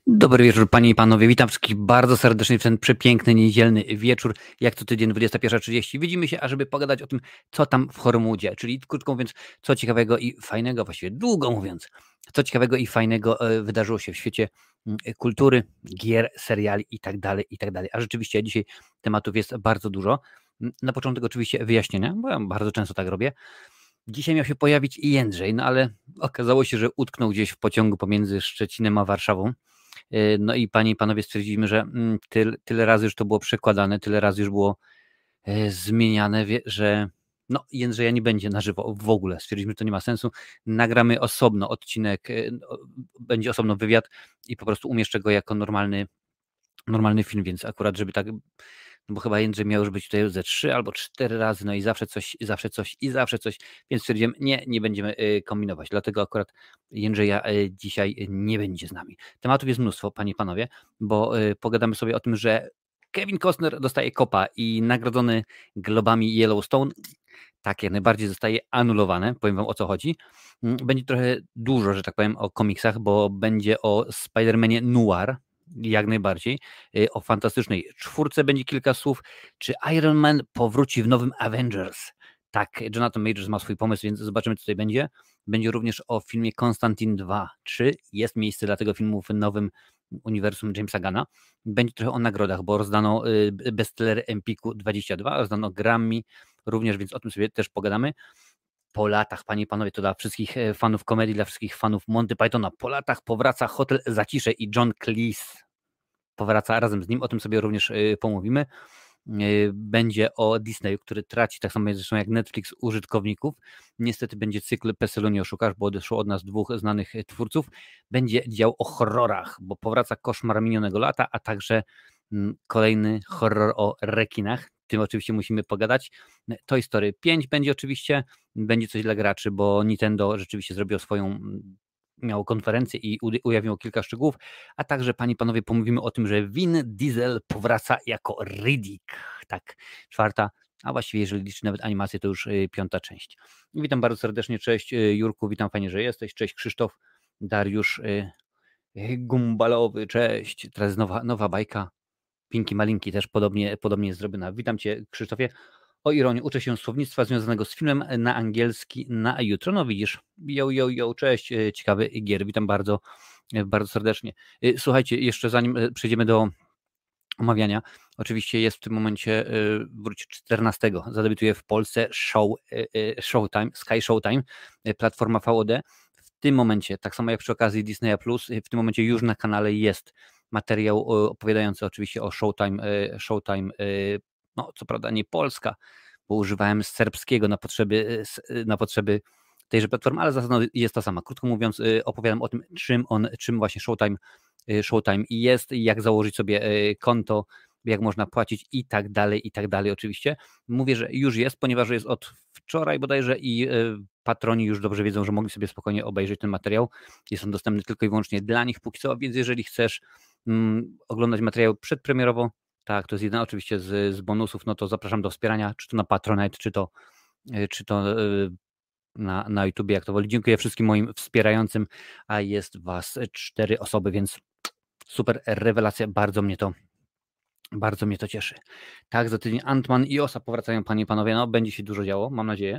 Dobry wieczór, panie i panowie. Witam wszystkich bardzo serdecznie w ten przepiękny, niedzielny wieczór. Jak co tydzień, 21:30. Widzimy się, ażeby pogadać o tym, co tam w Hormudzie. Czyli krótko mówiąc, co ciekawego i fajnego, właściwie długo mówiąc, co ciekawego i fajnego wydarzyło się w świecie kultury, gier, seriali i tak dalej, i tak dalej. A rzeczywiście dzisiaj tematów jest bardzo dużo. Na początek oczywiście wyjaśnienia, bo ja bardzo często tak robię. Dzisiaj miał się pojawić i Jędrzej, no ale okazało się, że utknął gdzieś w pociągu pomiędzy Szczecinem a Warszawą. No i panie i panowie stwierdziliśmy, że tyle razy już to było przekładane, tyle razy już było zmieniane, że no Jędrzeja nie będzie na żywo w ogóle. Stwierdziliśmy, że to nie ma sensu. Nagramy osobno odcinek, będzie osobno wywiad i po prostu umieszczę go jako normalny film, więc akurat, żeby tak, no bo chyba Jędrzej miał już być tutaj ze 3 albo 4 razy, no i zawsze coś, więc stwierdziłem, nie będziemy kombinować, dlatego akurat Jędrzeja dzisiaj nie będzie z nami. Tematów jest mnóstwo, panie i panowie, bo pogadamy sobie o tym, że Kevin Costner dostaje kopa i nagrodzony globami Yellowstone, tak jak najbardziej zostaje anulowane, powiem wam o co chodzi. Będzie trochę dużo, że tak powiem, o komiksach, bo będzie o Spider-Manie Noir, jak najbardziej. O fantastycznej czwórce będzie kilka słów. Czy Iron Man powróci w nowym Avengers? Tak, Jonathan Majors ma swój pomysł, więc zobaczymy, co tutaj będzie. Będzie również o filmie Konstantin 2. Czy jest miejsce dla tego filmu w nowym uniwersum Jamesa Gunna? Będzie trochę o nagrodach, bo rozdano bestseller Empiku 22, rozdano Grammy również, więc o tym sobie też pogadamy. Po latach, panie i panowie, to dla wszystkich fanów komedii, dla wszystkich fanów Monty Pythona, po latach powraca Hotel Zacisze i John Cleese powraca razem z nim, o tym sobie również pomówimy. Będzie o Disneyu, który traci, tak samo zresztą jak Netflix, użytkowników. Niestety będzie cykl PESEL-u nie oszukasz, bo odeszło od nas 2 znanych twórców. Będzie dział o horrorach, bo powraca Koszmar minionego lata, a także kolejny horror o rekinach. Tym oczywiście musimy pogadać. Toy Story 5 będzie oczywiście, będzie coś dla graczy, bo Nintendo rzeczywiście zrobiło swoją, miało konferencję i ujawniło kilka szczegółów, a także, panie i panowie, pomówimy o tym, że Vin Diesel powraca jako Riddick. Tak, 4, a właściwie jeżeli liczy nawet animację, to już 5. część. Witam bardzo serdecznie, cześć Jurku, witam, fajnie, że jesteś, cześć Krzysztof, Dariusz Gumbalowy, cześć, teraz nowa bajka, Pinki Malinki też podobnie jest zrobiona. Witam cię, Krzysztofie. O ironii, uczę się słownictwa związanego z filmem na angielski na jutro. No widzisz, yo, cześć, ciekawy gier, witam bardzo serdecznie. Słuchajcie, jeszcze zanim przejdziemy do omawiania, oczywiście jest w tym momencie, wróć 14, zadebiutuje w Polsce Showtime, Sky Showtime, platforma VOD. W tym momencie, tak samo jak przy okazji Disneya+, w tym momencie już na kanale jest materiał opowiadający oczywiście o Showtime, no co prawda nie Polska, bo używałem serbskiego na potrzeby tejże platformy, ale zasada jest ta sama. Krótko mówiąc, opowiadam o tym, czym właśnie Showtime jest, jak założyć sobie konto, jak można płacić i tak dalej oczywiście. Mówię, że już jest, ponieważ jest od wczoraj bodajże i patroni już dobrze wiedzą, że mogli sobie spokojnie obejrzeć ten materiał. Jest on dostępny tylko i wyłącznie dla nich póki co, więc jeżeli chcesz oglądać materiał przedpremierowo, tak, to jest jeden oczywiście z bonusów, no to zapraszam do wspierania, czy to na Patronite, czy to na YouTube, jak to woli. Dziękuję wszystkim moim wspierającym, a jest was 4 osoby, więc super rewelacja, bardzo mnie to cieszy. Tak, za tydzień Ant-Man i Osa powracają, panie i panowie, no będzie się dużo działo, mam nadzieję.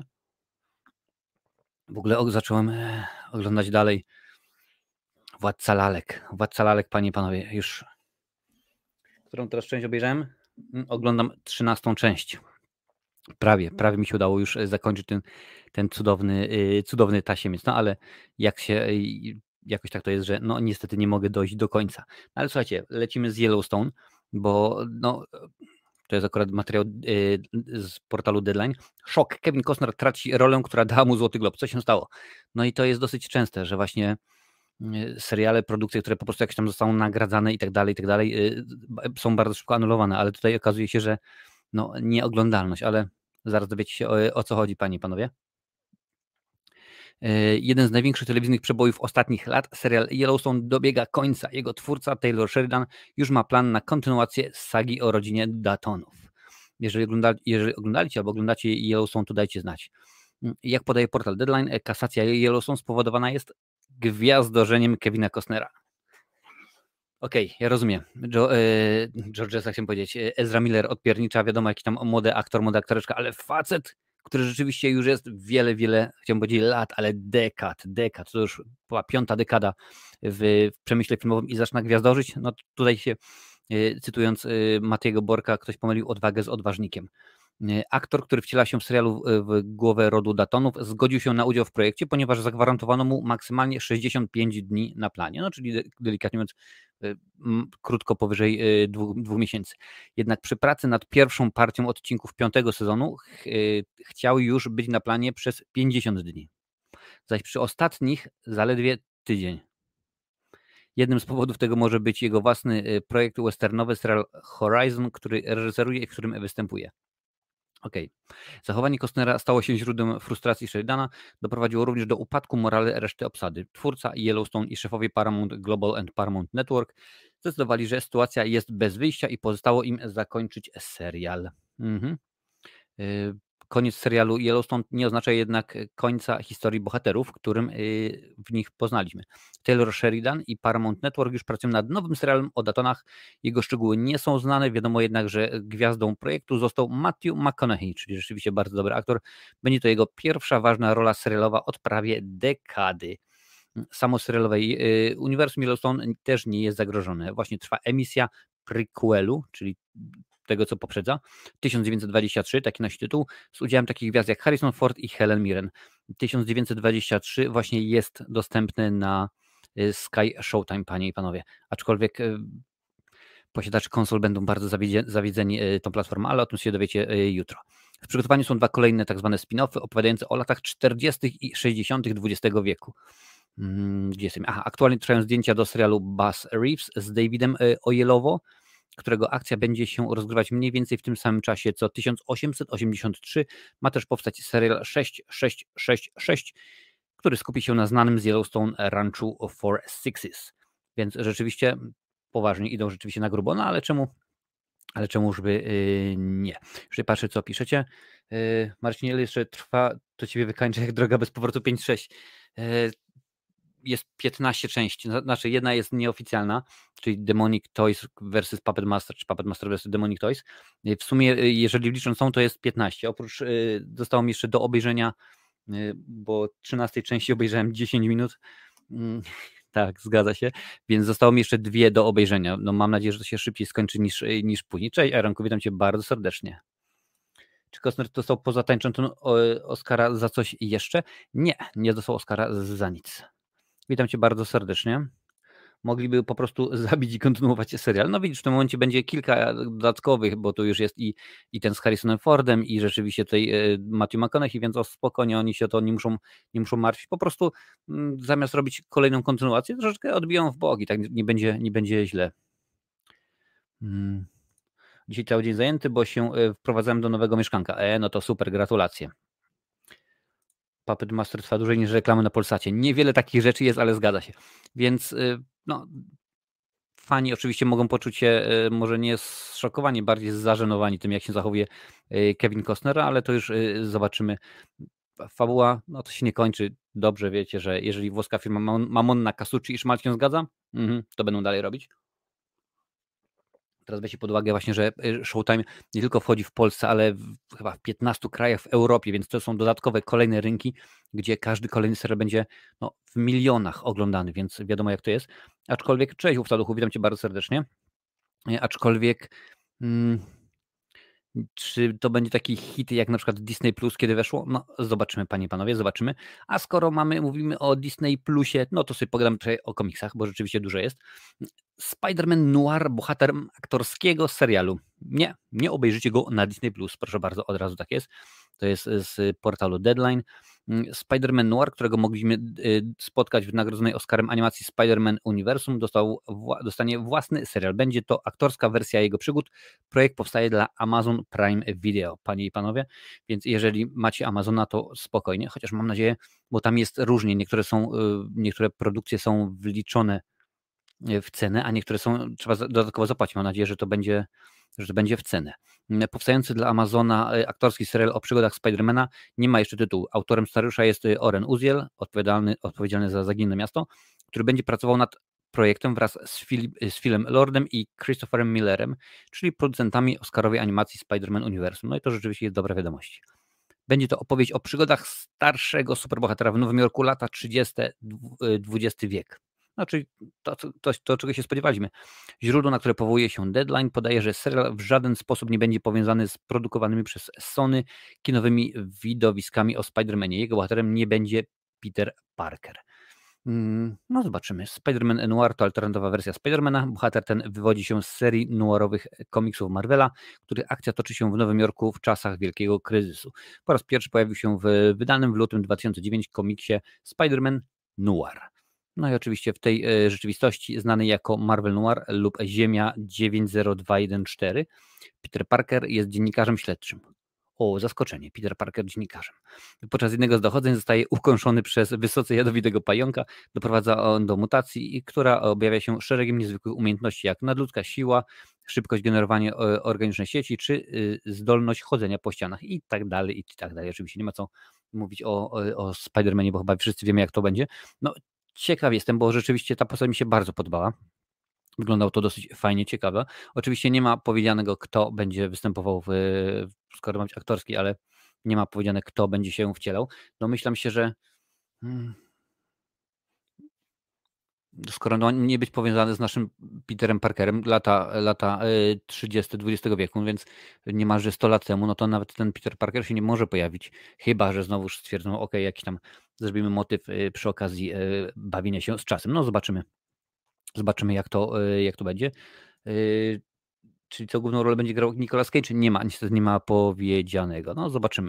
W ogóle zacząłem oglądać dalej Władca Lalek, panie i panowie, już którą teraz część obejrzałem? Oglądam 13. część. Prawie mi się udało już zakończyć ten cudowny tasiemiec, no ale jakoś tak to jest, że no niestety nie mogę dojść do końca. Ale słuchajcie, lecimy z Yellowstone, bo no to jest akurat materiał z portalu Deadline. Szok, Kevin Costner traci rolę, która dała mu Złoty Glob. Co się stało? No i to jest dosyć częste, że właśnie seriale, produkcje, które po prostu jakieś tam zostaną nagradzane i tak dalej, są bardzo szybko anulowane, ale tutaj okazuje się, że no nieoglądalność, ale zaraz dowiecie się o co chodzi, panie i panowie. Jeden z największych telewizyjnych przebojów ostatnich lat, serial Yellowstone dobiega końca. Jego twórca Taylor Sheridan już ma plan na kontynuację sagi o rodzinie Daltonów. Jeżeli oglądaliście albo oglądacie Yellowstone, to dajcie znać. Jak podaje portal Deadline, kasacja Yellowstone spowodowana jest gwiazdorzeniem Kevina Costnera. Okej, ja rozumiem. George, jak chciałem powiedzieć, Ezra Miller odpiernicza, wiadomo, jaki tam młody aktor, młoda aktoreczka, ale facet, który rzeczywiście już jest wiele, chciałem powiedzieć lat, ale dekad, to już była 5. dekada w przemyśle filmowym i zaczyna gwiazdorzyć. No tutaj się, cytując Matiego Borka, ktoś pomylił odwagę z odważnikiem. Aktor, który wciela się w serialu w głowę rodu Datonów, zgodził się na udział w projekcie, ponieważ zagwarantowano mu maksymalnie 65 dni na planie, no czyli delikatnie mówiąc krótko powyżej 2 miesięcy. Jednak przy pracy nad pierwszą partią odcinków 5. sezonu chciał już być na planie przez 50 dni, zaś przy ostatnich zaledwie tydzień. Jednym z powodów tego może być jego własny projekt westernowy, serial Horizon, który reżyseruje i w którym występuje. Okej. Zachowanie Costnera stało się źródłem frustracji Sheridana, doprowadziło również do upadku morale reszty obsady. Twórca Yellowstone i szefowie Paramount Global and Paramount Network zdecydowali, że sytuacja jest bez wyjścia i pozostało im zakończyć serial. Koniec serialu Yellowstone nie oznacza jednak końca historii bohaterów, którym w nich poznaliśmy. Taylor Sheridan i Paramount Network już pracują nad nowym serialem o Datonach. Jego szczegóły nie są znane, wiadomo jednak, że gwiazdą projektu został Matthew McConaughey, czyli rzeczywiście bardzo dobry aktor. Będzie to jego pierwsza ważna rola serialowa od prawie dekady. Samo serialowe uniwersum Yellowstone też nie jest zagrożone. Właśnie trwa emisja prequelu, czyli tego, co poprzedza, 1923, taki nosi tytuł, z udziałem takich gwiazd jak Harrison Ford i Helen Mirren. 1923 właśnie jest dostępny na Sky Showtime, panie i panowie. Aczkolwiek posiadacze konsol będą bardzo zawiedzeni tą platformą, ale o tym się dowiecie jutro. W przygotowaniu są 2 kolejne tak zwane spin-offy opowiadające o latach 40. i 60. XX wieku. Gdzie jestem? Aha, aktualnie trwają zdjęcia do serialu Bass Reeves z Davidem Oyelowo, którego akcja będzie się rozgrywać mniej więcej w tym samym czasie co 1883. Ma też powstać serial 666, który skupi się na znanym z Yellowstone ranchu Four Sixes. Więc rzeczywiście poważnie idą rzeczywiście na grubo, no ale czemu żeby nie? Już patrzę, co piszecie. Marcinie, jeszcze trwa, to ciebie wykańczę jak droga bez powrotu 5-6. Jest 15 części, znaczy jedna jest nieoficjalna, czyli Demonic Toys versus Puppet Master, czy Puppet Master versus Demonic Toys. W sumie, jeżeli licząc tą, to jest 15. Oprócz, zostało mi jeszcze do obejrzenia, bo 13 części obejrzałem 10 minut. Tak, zgadza się. Więc zostało mi jeszcze 2 do obejrzenia. No mam nadzieję, że to się szybciej skończy niż później. Cześć, Aaronku, witam cię bardzo serdecznie. Czy Costner dostał poza tańczącą Oscara za coś jeszcze? Nie dostał Oscara za nic. Witam cię bardzo serdecznie. Mogliby po prostu zabić i kontynuować serial. No widzisz, w tym momencie będzie kilka dodatkowych, bo tu już jest i ten z Harrisonem Fordem i rzeczywiście tutaj Matthew McConaughey, więc spokojnie oni się o to nie muszą martwić. Po prostu zamiast robić kolejną kontynuację, troszeczkę odbiją w bok i tak nie będzie źle. Dzisiaj cały dzień zajęty, bo się wprowadzałem do nowego mieszkanka. No to super, gratulacje. Puppet Master trwa dłużej niż reklamy na Polsacie. Niewiele takich rzeczy jest, ale zgadza się. Więc no, fani oczywiście mogą poczuć się może nie zszokowani, bardziej zażenowani tym, jak się zachowuje Kevin Costner, ale to już zobaczymy. Fabuła, no to się nie kończy. Dobrze wiecie, że jeżeli włoska firma Mamonna Casucci i Szmal się zgadza, to będą dalej robić. Teraz weźcie pod uwagę właśnie, że Showtime nie tylko wchodzi w Polsce, ale chyba w 15 krajach w Europie, więc to są dodatkowe kolejne rynki, gdzie każdy kolejny serial będzie w milionach oglądany, więc wiadomo jak to jest. Aczkolwiek, cześć Uftaduchu, witam cię bardzo serdecznie. Aczkolwiek czy to będzie taki hit jak na przykład Disney Plus, kiedy weszło? No zobaczymy, panie i panowie, zobaczymy. A skoro mówimy o Disney Plusie, no to sobie pogadamy trochę o komiksach, bo rzeczywiście dużo jest. Spider-Man Noir, bohaterem aktorskiego serialu. Nie obejrzycie go na Disney Plus, proszę bardzo, od razu tak jest. To jest z portalu Deadline. Spider-Man Noir, którego mogliśmy spotkać w nagrodzonej Oscarem animacji Spider-Man Uniwersum, dostanie własny serial. Będzie to aktorska wersja jego przygód. Projekt powstaje dla Amazon Prime Video, panie i panowie, więc jeżeli macie Amazona, to spokojnie, chociaż mam nadzieję, bo tam jest różnie, niektóre produkcje są wliczone w cenę, a niektóre trzeba dodatkowo zapłacić. Mam nadzieję, że to będzie w cenę. Powstający dla Amazona aktorski serial o przygodach Spidermana nie ma jeszcze tytułu. Autorem scenariusza jest Oren Uziel, odpowiedzialny za Zaginione Miasto, który będzie pracował nad projektem wraz z Philem Lordem i Christopherem Millerem, czyli producentami Oscarowej animacji Spider-Man Uniwersum. No i to rzeczywiście jest dobra wiadomość. Będzie to opowieść o przygodach starszego superbohatera w Nowym Jorku, lata 30. XX wiek. No, czyli to, czego się spodziewaliśmy. Źródło, na które powołuje się Deadline, podaje, że serial w żaden sposób nie będzie powiązany z produkowanymi przez Sony kinowymi widowiskami o Spider-Manie. Jego bohaterem nie będzie Peter Parker. No zobaczymy. Spider-Man Noir to alternatowa wersja Spider-Mana. Bohater ten wywodzi się z serii noirowych komiksów Marvela, których akcja toczy się w Nowym Jorku w czasach wielkiego kryzysu. Po raz pierwszy pojawił się w wydanym w lutym 2009 komiksie Spider-Man Noir. No i oczywiście w tej rzeczywistości znanej jako Marvel Noir lub Ziemia 90214 Peter Parker jest dziennikarzem śledczym. O, zaskoczenie, Peter Parker dziennikarzem. Podczas jednego z dochodzeń zostaje ukąszony przez wysoce jadowitego pająka. Doprowadza on do mutacji, która objawia się szeregiem niezwykłych umiejętności, jak nadludzka siła, szybkość generowania organicznej sieci, czy zdolność chodzenia po ścianach i tak dalej, i tak dalej. Oczywiście nie ma co mówić o Spider-Manie, bo chyba wszyscy wiemy, jak to będzie. No, ciekaw jestem, bo rzeczywiście ta postać mi się bardzo podobała. Wyglądało to dosyć fajnie, ciekawe. Oczywiście nie ma powiedzianego, kto będzie występował skoro ma być aktorski, ale nie ma powiedziane, kto będzie się wcielał. Domyślam się, że skoro ma nie być powiązany z naszym Peterem Parkerem, lata 30. XX wieku, więc niemalże 100 lat temu, no to nawet ten Peter Parker się nie może pojawić. Chyba że znowu stwierdzą, ok, jakiś tam zrobimy motyw przy okazji bawienia się z czasem. No zobaczymy. Zobaczymy, jak to będzie. Czyli co główną rolę będzie grał Nicolas Cage? Niestety nie ma powiedzianego. No zobaczymy.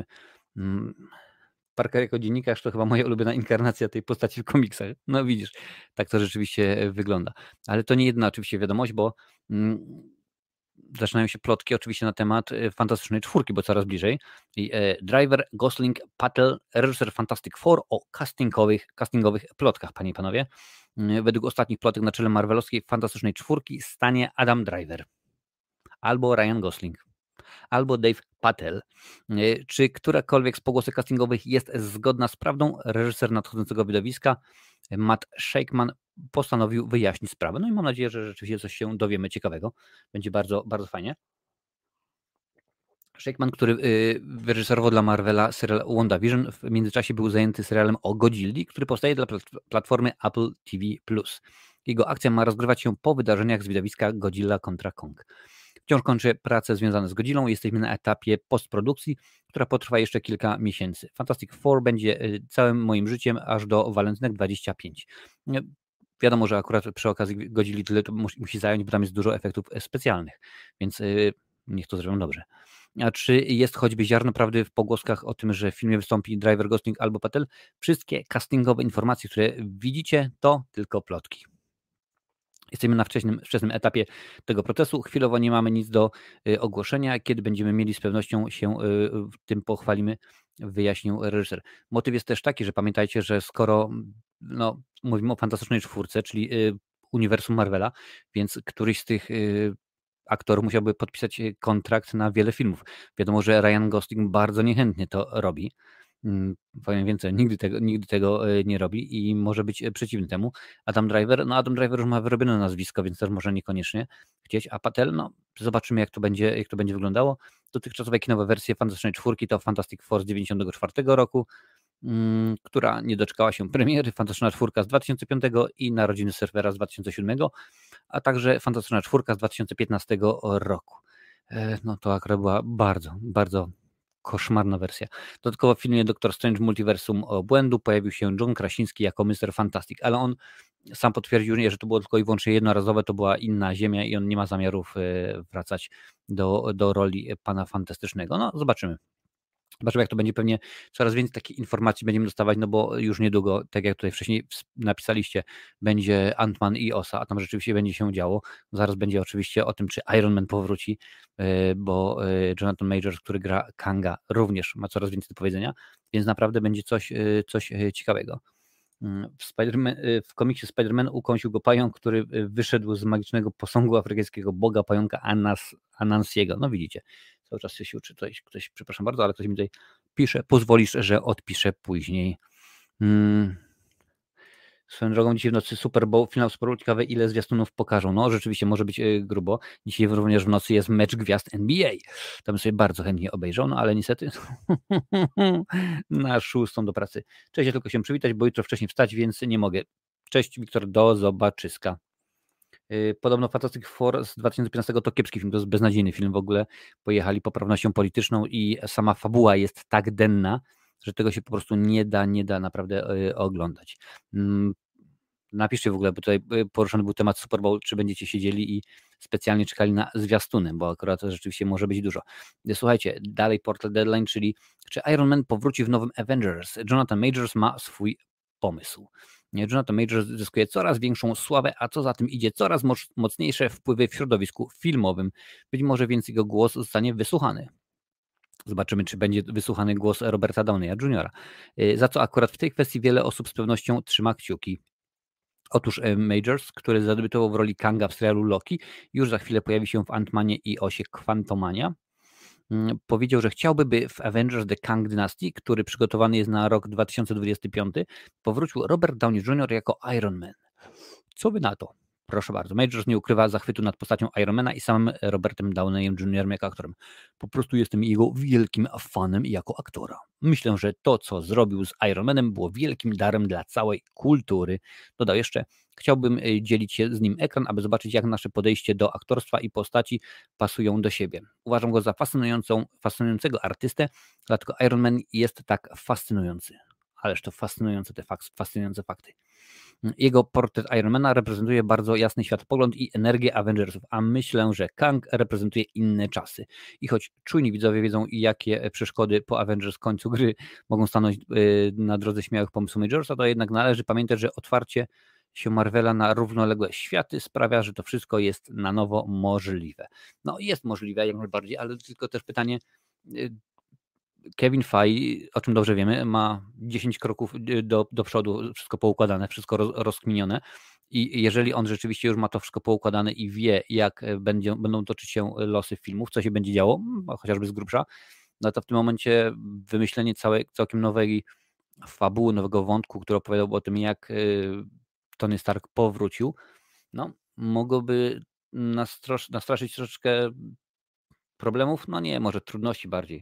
Parker jako dziennikarz to chyba moja ulubiona inkarnacja tej postaci w komiksach. No widzisz, tak to rzeczywiście wygląda. Ale to nie jedna oczywiście wiadomość, bo zaczynają się plotki oczywiście na temat Fantastycznej Czwórki, bo coraz bliżej. I Driver, Gosling, Patel, reżyser Fantastic Four o castingowych plotkach, panie i panowie. Według ostatnich plotek na czele marvelowskiej Fantastycznej Czwórki stanie Adam Driver albo Ryan Gosling, albo Dave Patel. Czy którakolwiek z pogłosek castingowych jest zgodna z prawdą? Reżyser nadchodzącego widowiska Matt Shakman postanowił wyjaśnić sprawę. No i mam nadzieję, że rzeczywiście coś się dowiemy ciekawego. Będzie bardzo, bardzo fajnie. Shakman, który wyreżyserował dla Marvela serial WandaVision, w międzyczasie był zajęty serialem o Godzilli, który powstaje dla platformy Apple TV+. Jego akcja ma rozgrywać się po wydarzeniach z widowiska Godzilla kontra Kong. Wciąż kończę prace związane z Godzillą. Jesteśmy na etapie postprodukcji, która potrwa jeszcze kilka miesięcy. Fantastic Four będzie całym moim życiem aż do walentynek 25. Wiadomo, że akurat przy okazji Godzilli tyle to musi zająć, bo tam jest dużo efektów specjalnych, więc niech to zrobią dobrze. A czy jest choćby ziarno prawdy w pogłoskach o tym, że w filmie wystąpi Driver, Gosling albo Patel? Wszystkie castingowe informacje, które widzicie, to tylko plotki. Jesteśmy na wczesnym etapie tego procesu. Chwilowo nie mamy nic do ogłoszenia. Kiedy będziemy mieli, z pewnością się tym pochwalimy, wyjaśnił reżyser. Motyw jest też taki, że pamiętajcie, że skoro mówimy o Fantastycznej Czwórce, czyli uniwersum Marvela, więc któryś z tych aktorów musiałby podpisać kontrakt na wiele filmów. Wiadomo, że Ryan Gosling bardzo niechętnie to robi. Powiem więcej, nigdy tego nie robi i może być przeciwny temu. Adam Driver już ma wyrobione nazwisko, więc też może niekoniecznie chcieć, a Patel, zobaczymy jak to będzie wyglądało. Dotychczasowe kinowe wersje Fantastycznej Czwórki to Fantastic Four z 1994 roku, która nie doczekała się premiery, Fantastyczna Czwórka z 2005 i Narodziny Surfera z 2007, a także Fantastyczna Czwórka z 2015 roku. No to akurat była bardzo, bardzo koszmarna wersja. Dodatkowo w filmie Doctor Strange Multiversum Obłędu pojawił się John Krasiński jako Mr. Fantastic, ale on sam potwierdził, że to było tylko i wyłącznie jednorazowe, to była inna ziemia i on nie ma zamiarów wracać do roli Pana Fantastycznego. No zobaczymy. Zobaczymy, jak to będzie. Pewnie coraz więcej takich informacji będziemy dostawać, no bo już niedługo, tak jak tutaj wcześniej napisaliście, będzie Ant-Man i Osa, a tam rzeczywiście będzie się działo. Zaraz będzie oczywiście o tym, czy Iron Man powróci, bo Jonathan Majors, który gra Kanga, również ma coraz więcej do powiedzenia, więc naprawdę będzie coś ciekawego. W komiksie Spider-Man ukąsił go pająk, który wyszedł z magicznego posągu afrykańskiego boga pająka Anansiego. No widzicie, cały czas się uczy. Ktoś, przepraszam bardzo, ale ktoś mi tutaj pisze. Pozwolisz, że odpiszę później. Swoją drogą dzisiaj w nocy Super Bowl, finał Super Bowl, ciekawe ile zwiastunów pokażą. No rzeczywiście może być grubo. Dzisiaj również w nocy jest mecz gwiazd NBA. Tam sobie bardzo chętnie obejrzą, no ale niestety na 6 do pracy. Cześć, ja tylko się przywitać, bo jutro wcześniej wstać, więc nie mogę. Cześć Wiktor, do zobaczyska. Podobno Fantastic Four z 2015 to kiepski film, to jest beznadziejny film w ogóle. Pojechali poprawnością polityczną i sama fabuła jest tak denna, że tego się po prostu nie da naprawdę oglądać. Napiszcie w ogóle, bo tutaj poruszony był temat Super Bowl, czy będziecie siedzieli i specjalnie czekali na zwiastuny, bo akurat to rzeczywiście może być dużo. Słuchajcie, dalej Portal Deadline, czyli czy Iron Man powróci w nowym Avengers? Jonathan Majors ma swój pomysł. Jonathan Majors zyskuje coraz większą sławę, a co za tym idzie, coraz mocniejsze wpływy w środowisku filmowym. Być może więc jego głos zostanie wysłuchany. Zobaczymy, czy będzie wysłuchany głos Roberta Downeya Jr., za co akurat w tej kwestii wiele osób z pewnością trzyma kciuki. Otóż Majors, który zadebiutował w roli Kanga w serialu Loki, już za chwilę pojawi się w Ant-Manie i Osie Quantumania. Powiedział, że chciałby, by w Avengers The Kang Dynasty, który przygotowany jest na rok 2025, powrócił Robert Downey Jr. jako Iron Man. Co by na to? Proszę bardzo. Majors nie ukrywa zachwytu nad postacią Ironmana i samym Robertem Downeyem Jr. jako aktorem. Po prostu jestem jego wielkim fanem jako aktora. Myślę, że to, co zrobił z Ironmanem, było wielkim darem dla całej kultury. Dodał jeszcze, chciałbym dzielić się z nim ekran, aby zobaczyć, jak nasze podejście do aktorstwa i postaci pasują do siebie. Uważam go za fascynującego artystę, dlatego Iron Man jest tak fascynujący. Ależ to fascynujące fascynujące fakty. Jego portret Ironmana reprezentuje bardzo jasny światopogląd i energię Avengersów, a myślę, że Kang reprezentuje inne czasy. I choć czujni widzowie wiedzą, jakie przeszkody po Avengers końcu gry mogą stanąć na drodze śmiałych pomysłów Majorsa, to jednak należy pamiętać, że otwarcie się Marvela na równoległe światy sprawia, że to wszystko jest na nowo możliwe. No jest możliwe jak najbardziej, ale tylko też pytanie, Kevin Feige, o czym dobrze wiemy, ma 10 kroków do przodu, wszystko poukładane, wszystko rozkminione i jeżeli on rzeczywiście już ma to wszystko poukładane i wie, jak będą toczyć się losy filmów, co się będzie działo, chociażby z grubsza, no to w tym momencie wymyślenie całkiem nowej fabuły, nowego wątku, który opowiadałby o tym, jak Tony Stark powrócił, no mogłoby nastraszyć troszeczkę problemów, no nie, może trudności bardziej.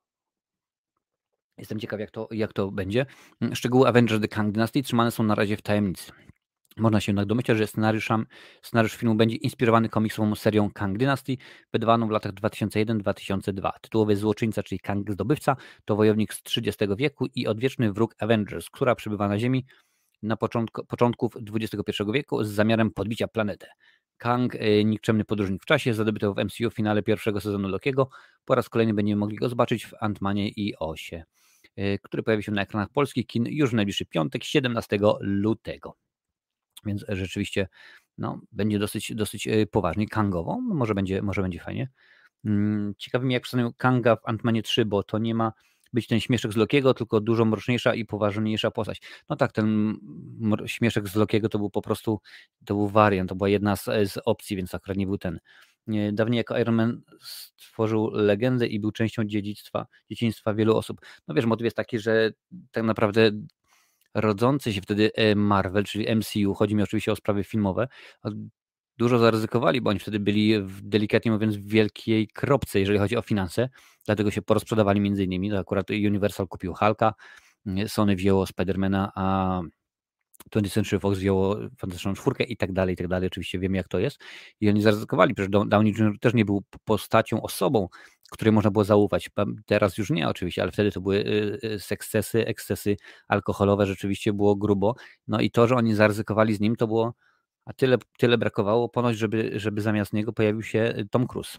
Jestem ciekaw, jak to będzie. Szczegóły Avengers The Kang Dynasty trzymane są na razie w tajemnicy. Można się jednak domyślać, że scenariusz filmu będzie inspirowany komiksową serią Kang Dynasty, wydawaną w latach 2001-2002. Tytułowy złoczyńca, czyli Kang Zdobywca, to wojownik z XX wieku i odwieczny wróg Avengers, która przybywa na Ziemi na początków XXI wieku z zamiarem podbicia planety. Kang, nikczemny podróżnik w czasie, zadebiutował w MCU w finale pierwszego sezonu Lokiego. Po raz kolejny będziemy mogli go zobaczyć w Ant-Manie i Osie, który pojawi się na ekranach polskich kin już w najbliższy piątek, 17 lutego. Więc rzeczywiście będzie dosyć poważnie, kangowo. Może będzie fajnie. Ciekawi mnie, jak przedstawią Kanga w Ant-Manie 3, bo to nie ma być ten śmieszek z Lokiego, tylko dużo mroczniejsza i poważniejsza postać. No tak, ten śmieszek z Lokiego to był po prostu, to był wariant, to była jedna z opcji, więc akurat nie był ten. Dawniej jako Iron Man stworzył legendę i był częścią dzieciństwa wielu osób. No wiesz, motyw jest taki, że tak naprawdę rodzący się wtedy Marvel, czyli MCU, chodzi mi oczywiście o sprawy filmowe, dużo zaryzykowali, bo oni wtedy byli delikatnie mówiąc w wielkiej kropce, jeżeli chodzi o finanse, dlatego się porozprzedawali między innymi, to akurat Universal kupił Hulka, Sony wzięło Spidermana, a 20th Century Fox wzięło Fantastyczną Czwórkę i tak dalej, oczywiście wiemy jak to jest i oni zaryzykowali, przecież Downey Jr. też nie był postacią, osobą, której można było zaufać, teraz już nie oczywiście, ale wtedy to były ekscesy alkoholowe, rzeczywiście było grubo, no i to, że oni zaryzykowali z nim, to było, a tyle brakowało ponoć, żeby zamiast niego pojawił się Tom Cruise.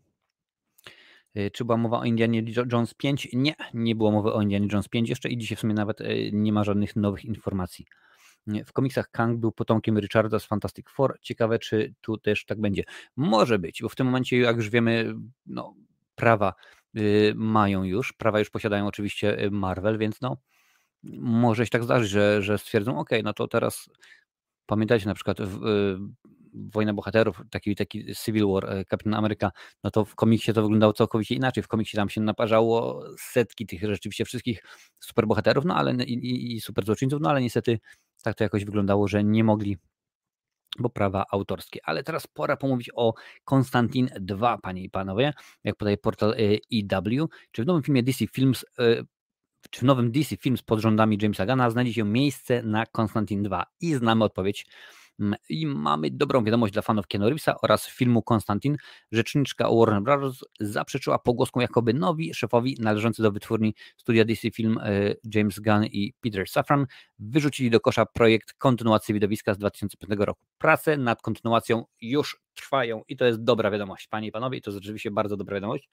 Czy była mowa o Indianie Jones 5? Nie było mowy o Indianie Jones 5 jeszcze i dzisiaj w sumie nawet nie ma żadnych nowych informacji. W komiksach Kang był potomkiem Richarda z Fantastic Four. Ciekawe, czy tu też tak będzie. Może być, bo w tym momencie, jak już wiemy, prawa prawa już posiadają oczywiście Marvel, więc może się tak zdarzyć, że stwierdzą, ok, no to teraz pamiętajcie na przykład Wojna Bohaterów, taki Civil War, Kapitan Ameryka, no to w komiksie to wyglądało całkowicie inaczej. W komiksie tam się naparzało setki tych rzeczywiście wszystkich superbohaterów, no ale i super złoczyńców, no ale niestety tak to jakoś wyglądało, że nie mogli, bo prawa autorskie. Ale teraz pora pomówić o Konstantin 2, panie i panowie, jak podaje portal EW. Czy w nowym filmie DC Films, czy w nowym DC Films pod rządami Jamesa Gunna znajdzie się miejsce na Konstantin 2? I znamy odpowiedź. I mamy dobrą wiadomość dla fanów Keanu Reevesa oraz filmu Konstantin. Rzeczniczka Warner Bros. Zaprzeczyła pogłoskom, jakoby nowi szefowi należący do wytwórni studia DC Film James Gunn i Peter Safran wyrzucili do kosza projekt kontynuacji widowiska z 2005 roku. Prace nad kontynuacją już trwają i to jest dobra wiadomość, panie i panowie, i to jest rzeczywiście bardzo dobra wiadomość,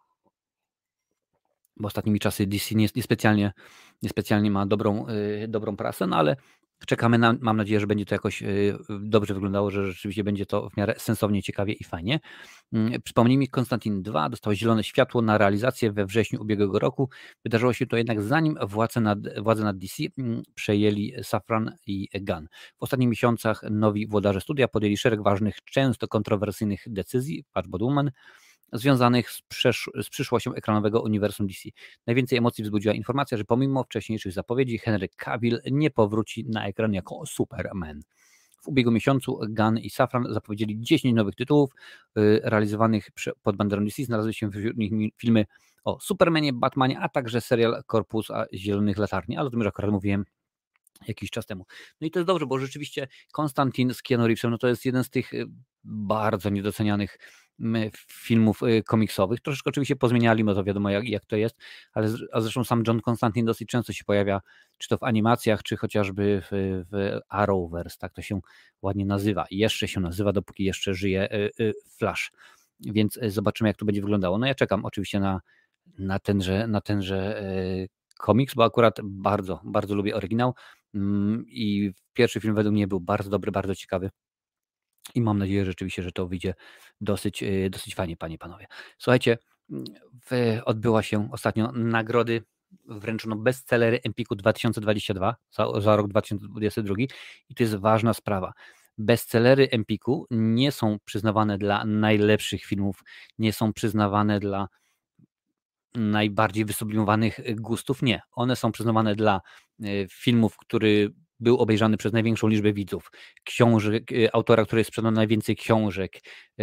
bo ostatnimi czasy DC niespecjalnie ma dobrą prasę, no ale czekamy mam nadzieję, że będzie to jakoś dobrze wyglądało, że rzeczywiście będzie to w miarę sensownie, ciekawie i fajnie. Przypomnijmy, Konstantin 2 dostał zielone światło na realizację we wrześniu ubiegłego roku. Wydarzyło się to jednak zanim władzę nad DC przejęli Safran i Gunn. W ostatnich miesiącach nowi włodarze studia podjęli szereg ważnych, często kontrowersyjnych decyzji, patrz Batwoman, związanych z przyszłością ekranowego uniwersum DC. Najwięcej emocji wzbudziła informacja, że pomimo wcześniejszych zapowiedzi Henry Cavill nie powróci na ekran jako Superman. W ubiegłym miesiącu Gunn i Safran zapowiedzieli 10 nowych tytułów realizowanych pod banderą DC. Znalazły się wśród nich filmy o Supermanie, Batmanie, a także serial Korpus Zielonych Latarni, ale o tym już akurat mówiłem jakiś czas temu. No i to jest dobrze, bo rzeczywiście Konstantin z Keanu Reevesem, no to jest jeden z tych bardzo niedocenianych filmów komiksowych. Troszeczkę oczywiście pozmieniali, bo to wiadomo jak to jest, a zresztą sam John Constantine dosyć często się pojawia, czy to w animacjach, czy chociażby w Arrowverse, tak to się ładnie nazywa. I jeszcze się nazywa, dopóki jeszcze żyje Flash. Więc zobaczymy, jak to będzie wyglądało. No ja czekam oczywiście na tenże komiks, bo akurat bardzo, bardzo lubię oryginał i pierwszy film według mnie był bardzo dobry, bardzo ciekawy i mam nadzieję rzeczywiście, że to wyjdzie dosyć fajnie, panie i panowie. Słuchajcie, odbyła się ostatnio nagrody, wręczono bestsellery Empiku 2022 za rok 2022 i to jest ważna sprawa. Bestsellery Empiku nie są przyznawane dla najlepszych filmów, nie są przyznawane dla najbardziej wysublimowanych gustów. Nie. One są przyznawane dla filmów, który był obejrzany przez największą liczbę widzów, książek, autora, który sprzedał najwięcej książek,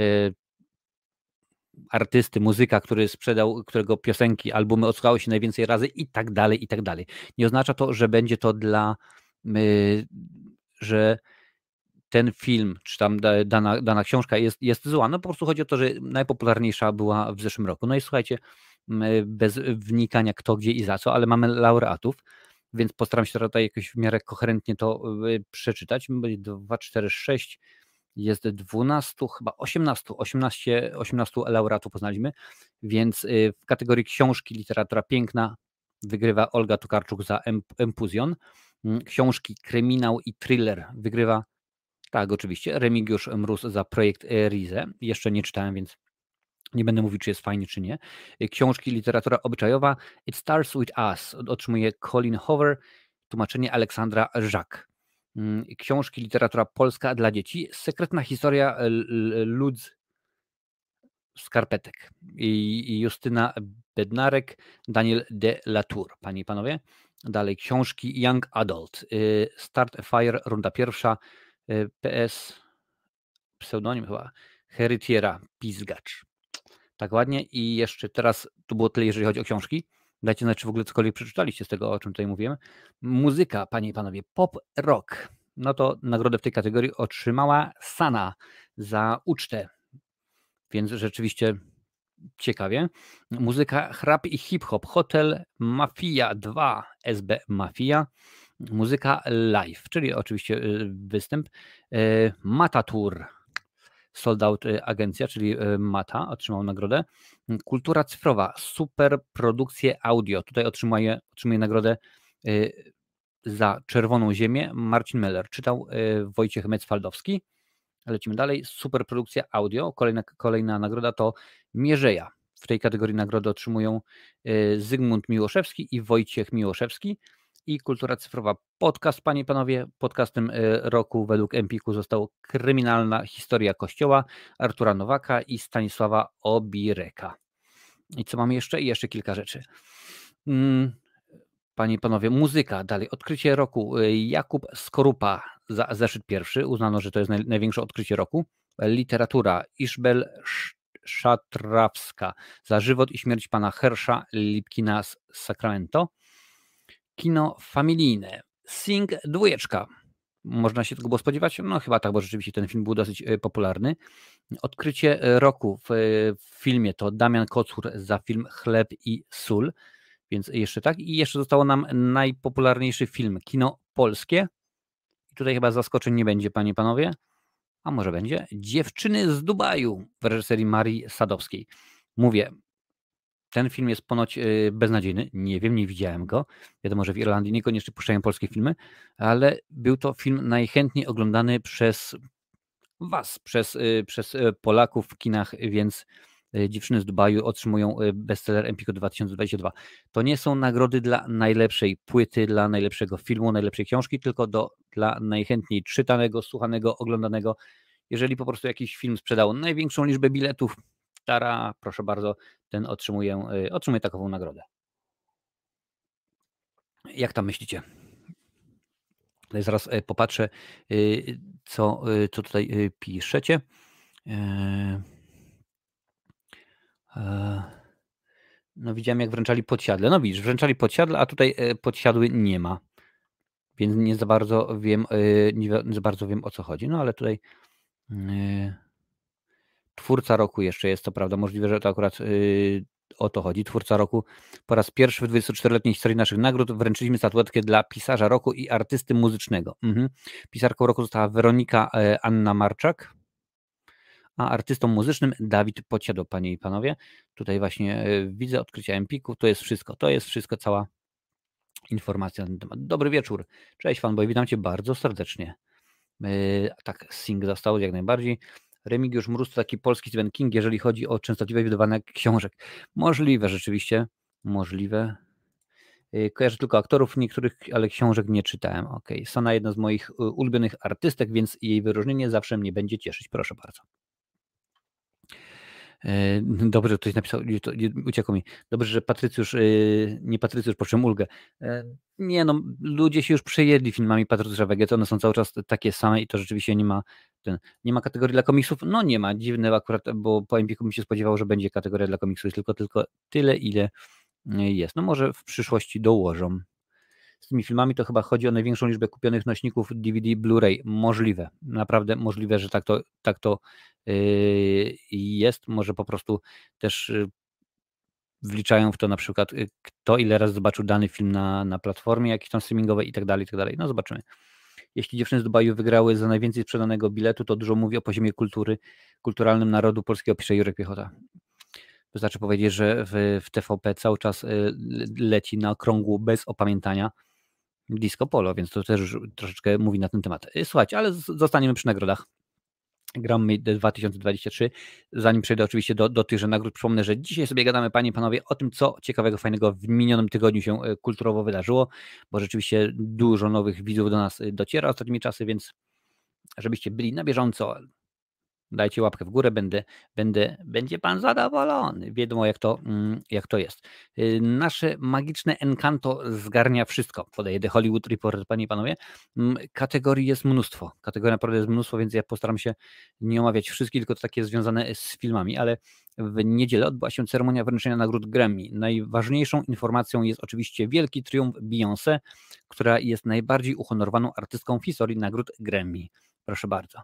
artysty, muzyka, który sprzedał, którego piosenki, albumy odsłuchały się najwięcej razy i tak dalej, i tak dalej. Nie oznacza to, że będzie to że ten film, czy tam dana książka jest zła. No po prostu chodzi o to, że najpopularniejsza była w zeszłym roku. No i słuchajcie, bez wnikania kto, gdzie i za co, ale mamy laureatów, więc postaram się tutaj jakoś w miarę koherentnie to przeczytać. Będzie 2, 4, 6, jest 12, chyba 18 laureatów poznaliśmy, więc w kategorii książki, literatura piękna wygrywa Olga Tokarczuk za Empuzjon. Książki kryminał i thriller wygrywa, tak oczywiście, Remigiusz Mróz za projekt Rize. Jeszcze nie czytałem, więc nie będę mówił, czy jest fajnie, czy nie. Książki, literatura obyczajowa It Starts With Us otrzymuje Colin Hoover, tłumaczenie Aleksandra Żak. Książki, literatura polska dla dzieci Sekretna historia Ludz Skarpetek i Justyna Bednarek, Daniel de Latour. Panie i panowie. Dalej książki Young Adult. Start a Fire, runda pierwsza. PS, pseudonim chyba, Heritiera Pizgacz. Tak ładnie i jeszcze teraz, tu było tyle, jeżeli chodzi o książki. Dajcie znać, czy w ogóle cokolwiek przeczytaliście z tego, o czym tutaj mówiłem. Muzyka, panie i panowie, pop rock. No to nagrodę w tej kategorii otrzymała Sana za ucztę, więc rzeczywiście ciekawie. Muzyka rap i hip-hop, Hotel Mafia 2, SB Mafia. Muzyka live, czyli oczywiście występ. Matatur, Sold Out Agencja, czyli Mata, otrzymał nagrodę. Kultura cyfrowa, super produkcje audio. Tutaj otrzymuje nagrodę za Czerwoną Ziemię Marcin Meller. Czytał Wojciech Mecwaldowski. Lecimy dalej. Super produkcja audio. Kolejna nagroda to Mierzeja. W tej kategorii nagrody otrzymują Zygmunt Miłoszewski i Wojciech Miłoszewski. I kultura cyfrowa podcast, panie i panowie. Podcastem roku według Empiku został Kryminalna historia Kościoła Artura Nowaka i Stanisława Obireka. I co mamy jeszcze? I jeszcze kilka rzeczy. Panie i panowie, muzyka dalej. Odkrycie roku. Jakub Skorupa za zeszyt pierwszy. Uznano, że to jest największe odkrycie roku. Literatura. Iżbel Szatrawska za Żywot i śmierć pana Hersza Lipkina z Sacramento. Kino familijne. Sing 2. Można się tego było spodziewać? No chyba tak, bo rzeczywiście ten film był dosyć popularny. Odkrycie roku w filmie to Damian Kocur za film Chleb i sól. Więc jeszcze tak. I jeszcze zostało nam najpopularniejszy film. Kino polskie. I tutaj chyba zaskoczeń nie będzie, panie i panowie. A może będzie? Dziewczyny z Dubaju w reżyserii Marii Sadowskiej. Mówię, ten film jest ponoć beznadziejny. Nie wiem, nie widziałem go. Wiadomo, że w Irlandii niekoniecznie puszczają polskie filmy, ale był to film najchętniej oglądany przez was, przez Polaków w kinach, więc Dziewczyny z Dubaju otrzymują bestseller Empiku 2022. To nie są nagrody dla najlepszej płyty, dla najlepszego filmu, najlepszej książki, tylko dla najchętniej czytanego, słuchanego, oglądanego. Jeżeli po prostu jakiś film sprzedał największą liczbę biletów, tara, proszę bardzo, ten otrzymuje takową nagrodę. Jak tam myślicie? Tutaj zaraz popatrzę, co tutaj piszecie. No widziałem, jak wręczali podsiadle. No widzisz, wręczali podsiadle, a tutaj podsiadły nie ma. Więc nie za bardzo wiem, o co chodzi. No ale tutaj twórca roku jeszcze jest, to prawda. Możliwe, że to akurat o to chodzi. Twórca roku. Po raz pierwszy w 24-letniej historii naszych nagród wręczyliśmy statuetkę dla pisarza roku i artysty muzycznego. Pisarką roku została Weronika Anna Marczak, a artystą muzycznym Dawid Podsiadło, panie i panowie. Tutaj właśnie widzę odkrycia Empiku. To jest wszystko, cała informacja na ten temat. Dobry wieczór. Cześć fanboy, witam cię bardzo serdecznie. Tak, Sing został jak najbardziej. Remigiusz Mróz to taki polski Stephen King, jeżeli chodzi o częstotliwość wydawania książek. Możliwe rzeczywiście, możliwe. Kojarzę tylko aktorów niektórych, ale książek nie czytałem. Okej, Sona jedna z moich ulubionych artystek, więc jej wyróżnienie zawsze mnie będzie cieszyć. Proszę bardzo. Dobrze, że ktoś napisał, uciekło mi. Dobrze, że nie Patrycjusz, po czym ulgę. Nie no, ludzie się już przejedli filmami Patrycjusza Wegety, one są cały czas takie same i to rzeczywiście nie ma kategorii dla komiksów. No nie ma, dziwne akurat, bo po Empiku bym się spodziewał, że będzie kategoria dla komiksów, jest tylko tyle, ile jest. No może w przyszłości dołożą. Z tymi filmami to chyba chodzi o największą liczbę kupionych nośników DVD, Blu-ray. Możliwe, naprawdę możliwe, że tak to jest. Może po prostu też wliczają w to na przykład kto ile razy zobaczył dany film na platformie jakiejś tam streamingowej i tak dalej. No zobaczymy. Jeśli Dziewczyny z Dubaju wygrały za najwięcej sprzedanego biletu, to dużo mówi o poziomie kulturalnym narodu polskiego, pisze Jurek Piechota. Wystarczy powiedzieć, że w TVP cały czas leci na okrągło bez opamiętania Disco Polo, więc to też już troszeczkę mówi na ten temat. Słuchajcie, ale zostaniemy przy nagrodach. Grammy 2023. Zanim przejdę oczywiście do tychże nagród, przypomnę, że dzisiaj sobie gadamy, panie i panowie, o tym, co ciekawego, fajnego w minionym tygodniu się kulturowo wydarzyło, bo rzeczywiście dużo nowych widzów do nas dociera ostatnimi czasy, więc żebyście byli na bieżąco, dajcie łapkę w górę, będzie pan zadowolony. Wiadomo, jak to jest. Nasze magiczne Encanto zgarnia wszystko, podaje The Hollywood Reporter, panie i panowie. Kategorii jest mnóstwo. Kategorii naprawdę jest mnóstwo, więc ja postaram się nie omawiać wszystkich, tylko to takie związane z filmami, ale w niedzielę odbyła się ceremonia wręczenia nagród Grammy. Najważniejszą informacją jest oczywiście wielki triumf Beyoncé, która jest najbardziej uhonorowaną artystką w historii nagród Grammy. Proszę bardzo.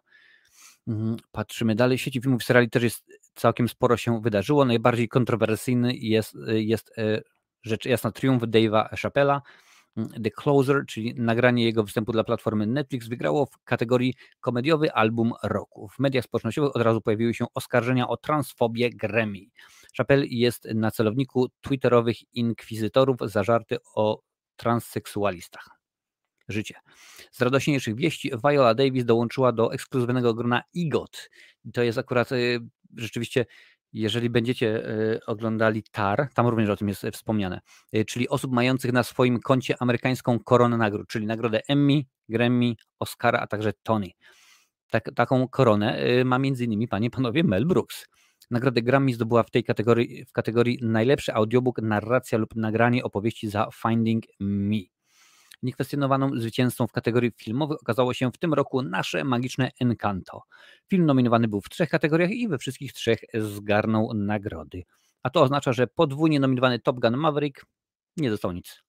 Patrzymy dalej. W sieci filmów i seriali też jest całkiem sporo się wydarzyło. Najbardziej kontrowersyjny jest rzecz jasna triumf Dave'a Chappella. The Closer, czyli nagranie jego występu dla platformy Netflix, wygrało w kategorii komediowy album roku. W mediach społecznościowych od razu pojawiły się oskarżenia o transfobię Grammy. Chappelle jest na celowniku twitterowych inkwizytorów za żarty o transseksualistach. Życie. Z radośniejszych wieści Viola Davis dołączyła do ekskluzywnego grona EGOT. To jest akurat rzeczywiście, jeżeli będziecie oglądali TAR, tam również o tym jest wspomniane, czyli osób mających na swoim koncie amerykańską koronę nagród, czyli nagrodę Emmy, Grammy, Oscara, a także Tony. Taką koronę ma m.in. panie i panowie Mel Brooks. Nagrodę Grammy zdobyła w kategorii najlepszy audiobook, narracja lub nagranie opowieści za Finding Me. Niekwestionowaną zwycięzcą w kategorii filmowej okazało się w tym roku Nasze magiczne Encanto. Film nominowany był w 3 kategoriach i we wszystkich 3 zgarnął nagrody. A to oznacza, że podwójnie nominowany Top Gun Maverick nie dostał nic.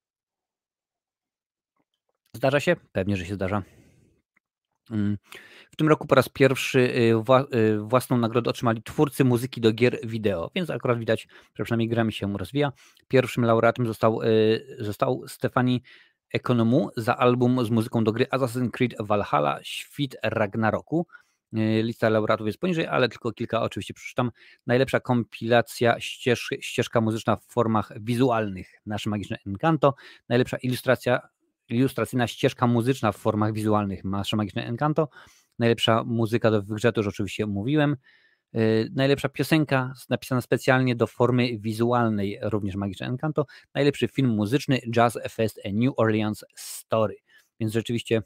Zdarza się? Pewnie, że się zdarza. W tym roku po raz pierwszy własną nagrodę otrzymali twórcy muzyki do gier wideo, więc akurat widać, że przynajmniej Grammy się rozwija. Pierwszym laureatem został Stefani Economou za album z muzyką do gry Assassin's Creed Valhalla, Świt Ragnaroku. Lista laureatów jest poniżej, ale tylko kilka oczywiście przeczytam. Najlepsza kompilacja, ścieżka muzyczna w formach wizualnych, Nasze magiczne Encanto. Najlepsza ilustracyjna ścieżka muzyczna w formach wizualnych, Nasze magiczne Encanto. Najlepsza muzyka w grze, to już oczywiście mówiłem. Najlepsza piosenka napisana specjalnie do formy wizualnej, również Magiczne Encanto. Najlepszy film muzyczny Jazz Fest A New Orleans Story. Więc rzeczywiście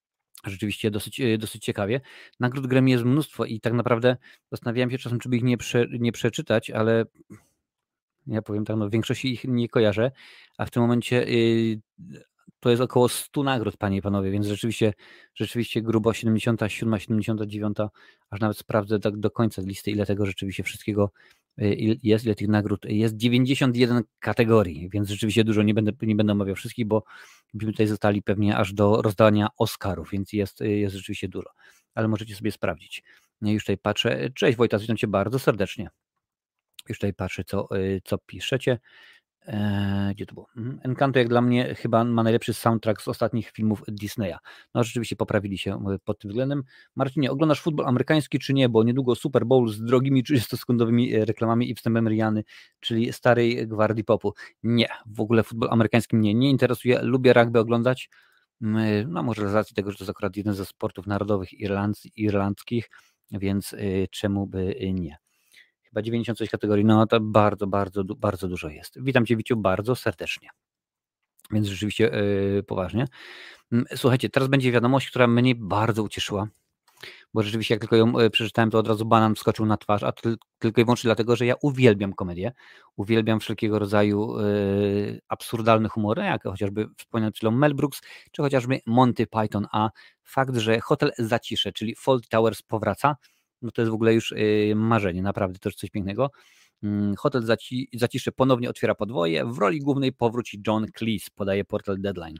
dosyć ciekawie. Nagród Grammy jest mnóstwo i tak naprawdę zastanawiałem się czasem, czy by ich nie przeczytać, ale ja powiem tak, w większości ich nie kojarzę, a w tym momencie to jest około 100 nagród, panie i panowie, więc rzeczywiście grubo 77, 79, aż nawet sprawdzę tak do końca listy, ile tego rzeczywiście wszystkiego jest, ile tych nagród jest. 91 kategorii, więc rzeczywiście dużo, nie będę omawiał wszystkich, bo byśmy tutaj zostali pewnie aż do rozdania Oscarów, więc jest rzeczywiście dużo, ale możecie sobie sprawdzić. Już tutaj patrzę. Cześć Wojta, witam cię bardzo serdecznie. Już tutaj patrzę, co piszecie. Gdzie to było? Encanto jak dla mnie chyba ma najlepszy soundtrack z ostatnich filmów Disneya. No rzeczywiście poprawili się pod tym względem. Marcinie, oglądasz futbol amerykański czy nie? Bo niedługo Super Bowl z drogimi 30-sekundowymi reklamami i wstępem Rihanny, czyli starej gwardii popu. Nie, w ogóle futbol amerykański mnie nie interesuje. Lubię rugby oglądać. No może z racji tego, że to jest akurat jeden ze sportów narodowych irlandzkich, więc czemu by nie? Chyba 90 coś kategorii, no to bardzo dużo jest. Witam cię, Wiciu, bardzo serdecznie. Więc rzeczywiście poważnie. Słuchajcie, teraz będzie wiadomość, która mnie bardzo ucieszyła, bo rzeczywiście jak tylko ją przeczytałem, to od razu banan wskoczył na twarz, a tylko i wyłącznie dlatego, że ja uwielbiam komedię, uwielbiam wszelkiego rodzaju absurdalne humory, jak chociażby wspomniany przed chwilą Mel Brooks, czy chociażby Monty Python, a fakt, że Hotel Zacisze, czyli Fawlty Towers powraca, no to jest w ogóle już marzenie, naprawdę to jest coś pięknego. Hotel Zacisze ponownie otwiera podwoje, w roli głównej powróci John Cleese, podaje portal Deadline.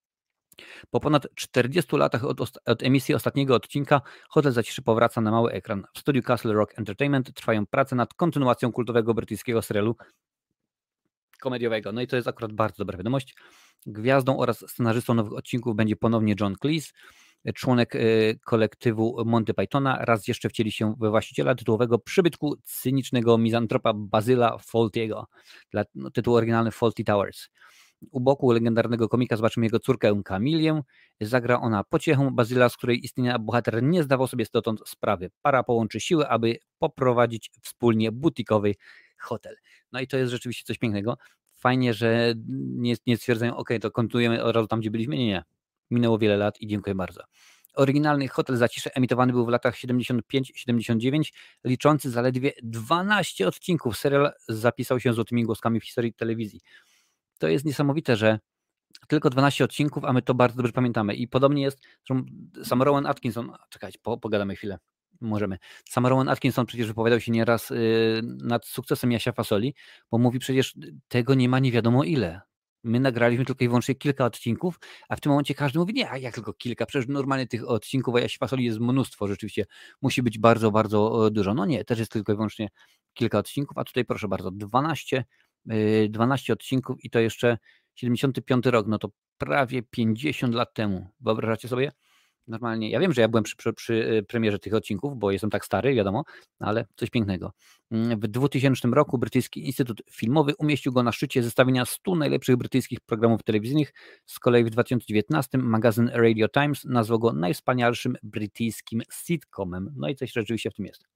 Po ponad 40 latach od emisji ostatniego odcinka Hotel Zacisze powraca na mały ekran. W studiu Castle Rock Entertainment trwają prace nad kontynuacją kultowego brytyjskiego serialu komediowego. No i to jest akurat bardzo dobra wiadomość. Gwiazdą oraz scenarzystą nowych odcinków będzie ponownie John Cleese, członek kolektywu Monty Pythona. Raz jeszcze wcieli się we właściciela tytułowego przybytku cynicznego mizantropa Bazyla Fawlty'ego. Tytuł oryginalny Fawlty Towers. U boku legendarnego komika zobaczymy jego córkę Camillię. Zagra ona pociechą Bazyla, z której istnienia bohater nie zdawał sobie dotąd sprawy. Para połączy siły, aby poprowadzić wspólnie butikowy hotel. No i to jest rzeczywiście coś pięknego. Fajnie, że nie stwierdzają, ok, to kontynuujemy od razu tam, gdzie byliśmy. Nie. Minęło wiele lat i dziękuję bardzo. Oryginalny Hotel Zacisze emitowany był w latach 75-79, liczący zaledwie 12 odcinków. Serial zapisał się złotymi głoskami w historii telewizji. To jest niesamowite, że tylko 12 odcinków, a my to bardzo dobrze pamiętamy. I podobnie jest, sam Rowan Atkinson, czekajcie, pogadamy chwilę, możemy. Sam Rowan Atkinson przecież wypowiadał się nieraz nad sukcesem Jasia Fasoli, bo mówi przecież tego nie ma nie wiadomo ile. My nagraliśmy tylko i wyłącznie kilka odcinków, a w tym momencie każdy mówi, nie, a jak tylko kilka, przecież normalnie tych odcinków o Jasie Fasoli jest mnóstwo, rzeczywiście musi być bardzo dużo. No nie, też jest tylko i wyłącznie kilka odcinków, a tutaj proszę bardzo, 12 odcinków i to jeszcze 75 rok, no to prawie 50 lat temu. Wyobrażacie sobie? Normalnie, ja wiem, że ja byłem przy premierze tych odcinków, bo jestem tak stary, wiadomo, ale coś pięknego. W 2000 roku Brytyjski Instytut Filmowy umieścił go na szczycie zestawienia 100 najlepszych brytyjskich programów telewizyjnych. Z kolei w 2019 magazyn Radio Times nazwał go najwspanialszym brytyjskim sitcomem. No i coś rzeczywiście w tym jest.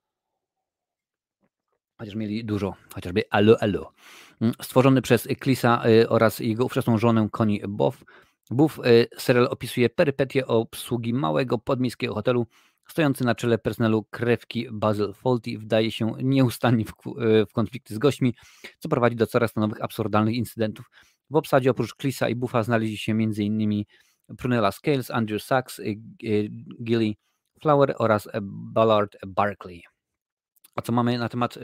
Chociaż mieli dużo, chociażby Allo. Stworzony przez Cleese'a oraz jego ówczesną żonę Connie Buff, serial opisuje perypetie obsługi małego podmiejskiego hotelu, Stojący na czele personelu krewki Basil Fawlty wdaje się nieustannie w konflikty z gośćmi, co prowadzi do coraz to nowych absurdalnych incydentów. W obsadzie oprócz Clisa i Buffa znaleźli się m.in. Prunella Scales, Andrew Sachs, Gilly Flower oraz Ballard Barkley. A co mamy na temat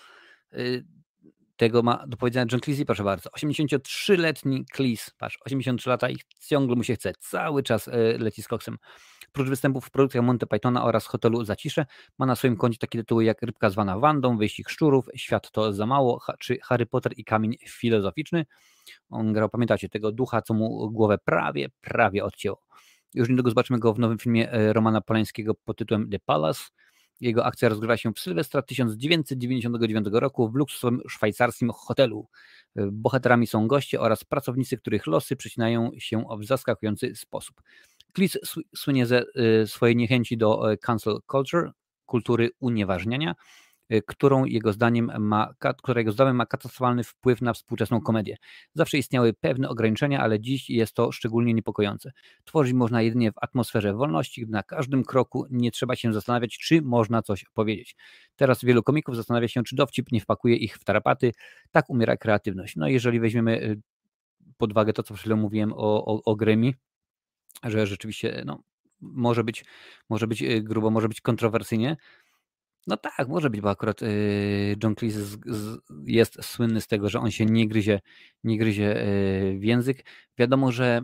tego ma do powiedzenia John Cleese? Proszę bardzo. 83-letni Cleese, patrz, 83 lata i ciągle mu się chce, cały czas leci z koksem. Prócz występów w produkcjach Monty Pythona oraz Hotelu Zacisze ma na swoim koncie takie tytuły jak Rybka zwana Wandą, Wyścig Szczurów, Świat to za mało, czy Harry Potter i Kamień Filozoficzny. On grał, pamiętacie, tego ducha, co mu głowę prawie odcięło. Już niedługo zobaczymy go w nowym filmie Romana Polańskiego pod tytułem The Palace. Jego akcja rozgrywa się w Sylwestra 1999 roku w luksusowym szwajcarskim hotelu. Bohaterami są goście oraz pracownicy, których losy przecinają się w zaskakujący sposób. Cleese słynie ze swojej niechęci do cancel culture, kultury unieważniania, która jego zdaniem ma katastrofalny wpływ na współczesną komedię. Zawsze istniały pewne ograniczenia, ale dziś jest to szczególnie niepokojące. Tworzyć można jedynie w atmosferze wolności, gdy na każdym kroku nie trzeba się zastanawiać, czy można coś powiedzieć. Teraz wielu komików zastanawia się, czy dowcip nie wpakuje ich w tarapaty. Tak umiera kreatywność. No jeżeli weźmiemy pod uwagę to, co przed chwilą mówiłem o Grammy, że rzeczywiście może być grubo, może być kontrowersyjnie. No tak, może być, bo akurat John Cleese jest słynny z tego, że on się nie gryzie w język. Wiadomo, że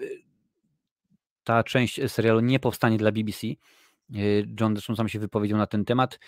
ta część serialu nie powstanie dla BBC. John zresztą sam się wypowiedział na ten temat.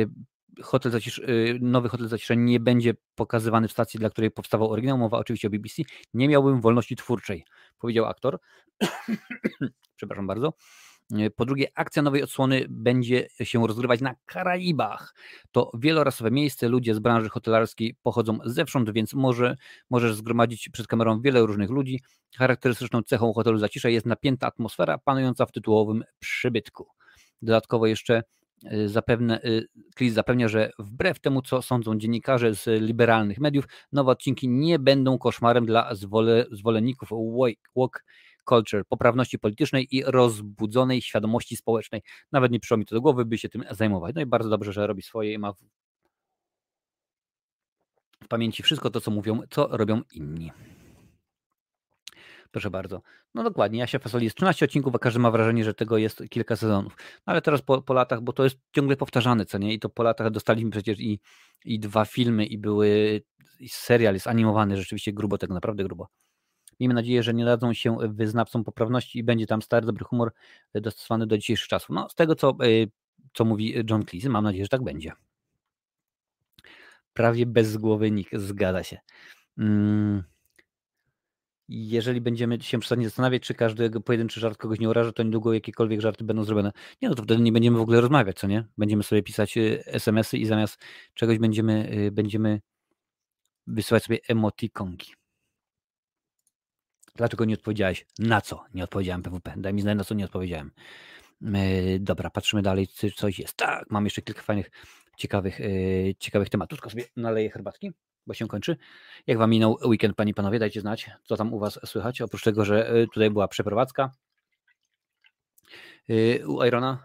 Nowy Hotel Zacisze nie będzie pokazywany w stacji, dla której powstawał oryginał. Mowa oczywiście o BBC. Nie miałbym wolności twórczej, powiedział aktor. Przepraszam bardzo. Po drugie, akcja nowej odsłony będzie się rozgrywać na Karaibach. To wielorasowe miejsce, ludzie z branży hotelarskiej pochodzą zewsząd, więc możesz zgromadzić przed kamerą wiele różnych ludzi. Charakterystyczną cechą Hotelu Zacisze jest napięta atmosfera panująca w tytułowym przybytku. Dodatkowo jeszcze Cleese zapewnia, że wbrew temu, co sądzą dziennikarze z liberalnych mediów, nowe odcinki nie będą koszmarem dla zwolenników woke culture, poprawności politycznej i rozbudzonej świadomości społecznej. Nawet nie przyszło mi to do głowy, by się tym zajmować. No i bardzo dobrze, że robi swoje i ma w pamięci wszystko to, co robią inni. Proszę bardzo. No dokładnie, Jasia Fasoli jest 13 odcinków, a każdy ma wrażenie, że tego jest kilka sezonów. No ale teraz po latach, bo to jest ciągle powtarzane, co nie? I to po latach dostaliśmy przecież i 2 filmy, i serial jest animowany, rzeczywiście grubo, tak naprawdę grubo. Miejmy nadzieję, że nie dadzą się wyznawcom poprawności i będzie tam stary, dobry humor dostosowany do dzisiejszych czasów. No z tego, co mówi John Cleese, mam nadzieję, że tak będzie. Prawie bez głowy nikt, zgadza się. Jeżeli będziemy się przesadnie zastanawiać, czy każdy pojedynczy żart kogoś nie uraża, to niedługo jakiekolwiek żarty będą zrobione. Nie, no to wtedy nie będziemy w ogóle rozmawiać, co nie? Będziemy sobie pisać SMS-y i zamiast czegoś będziemy wysyłać sobie emotikonki. Dlaczego nie odpowiedziałeś? Na co nie odpowiedziałem, PWP? Daj mi znać, na co nie odpowiedziałem. Dobra, patrzymy dalej, czy coś jest. Tak, mam jeszcze kilka fajnych, ciekawych tematów. Tylko sobie naleję herbatki, bo się kończy. Jak wam minął weekend, panie i panowie? Dajcie znać, co tam u was słychać. Oprócz tego, że tutaj była przeprowadzka u Irona.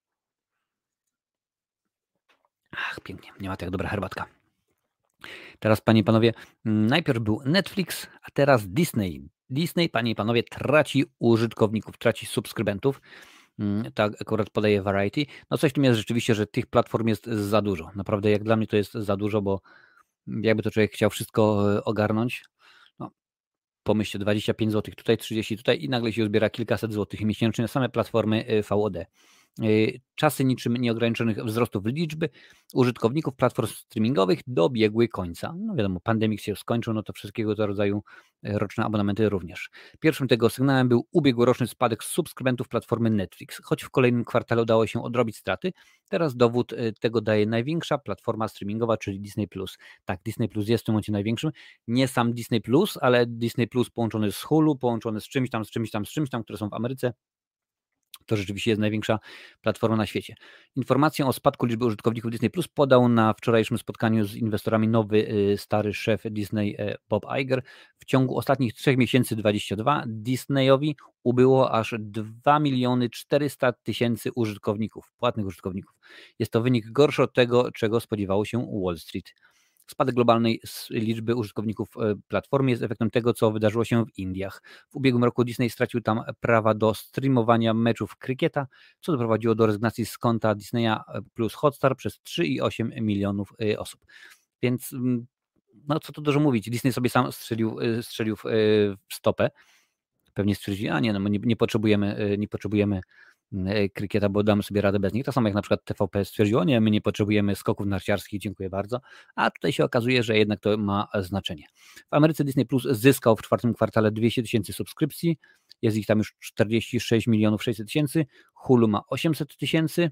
Ach, pięknie, nie ma tak dobra herbatka. Teraz, panie i panowie, najpierw był Netflix, a teraz Disney. Disney, panie i panowie, traci użytkowników, traci subskrybentów. Tak akurat podaje Variety. No coś w tym jest rzeczywiście, że tych platform jest za dużo. Naprawdę jak dla mnie to jest za dużo, bo jakby to człowiek chciał wszystko ogarnąć, no pomyślcie, 25 zł tutaj, 30 tutaj i nagle się zbiera kilkaset złotych miesięcznie na same platformy VOD. Czasy niczym nieograniczonych wzrostów liczby użytkowników platform streamingowych dobiegły końca. No wiadomo, pandemik się skończył, no to wszystkiego to rodzaju roczne abonamenty również. Pierwszym tego sygnałem był ubiegłoroczny spadek subskrybentów platformy Netflix. Choć w kolejnym kwartale udało się odrobić straty, teraz dowód tego daje największa platforma streamingowa, czyli Disney+. Tak, Disney+ jest w tym momencie największym. Nie sam Disney+, ale Disney+ połączony z Hulu, połączony z czymś tam, które są w Ameryce. To rzeczywiście jest największa platforma na świecie. Informację o spadku liczby użytkowników Disney Plus podał na wczorajszym spotkaniu z inwestorami nowy, stary szef Disney Bob Iger. W ciągu ostatnich 3 miesięcy 2022 Disneyowi ubyło aż 2 400 000 użytkowników, płatnych użytkowników. Jest to wynik gorszy od tego, czego spodziewało się Wall Street. Spadek globalnej liczby użytkowników platformy jest efektem tego, co wydarzyło się w Indiach. W ubiegłym roku Disney stracił tam prawa do streamowania meczów krykieta, co doprowadziło do rezygnacji z konta Disneya plus Hotstar przez 3,8 milionów osób. Więc no co tu dużo mówić, Disney sobie sam strzelił w stopę. Pewnie stwierdzili, a nie, no my nie potrzebujemy krykieta, bo damy sobie radę bez nich. To samo jak na przykład TVP stwierdziło, nie, my nie potrzebujemy skoków narciarskich, dziękuję bardzo. A tutaj się okazuje, że jednak to ma znaczenie. W Ameryce Disney Plus zyskał w czwartym kwartale 200 000 subskrypcji, jest ich tam już 46 600 000, Hulu ma 800 000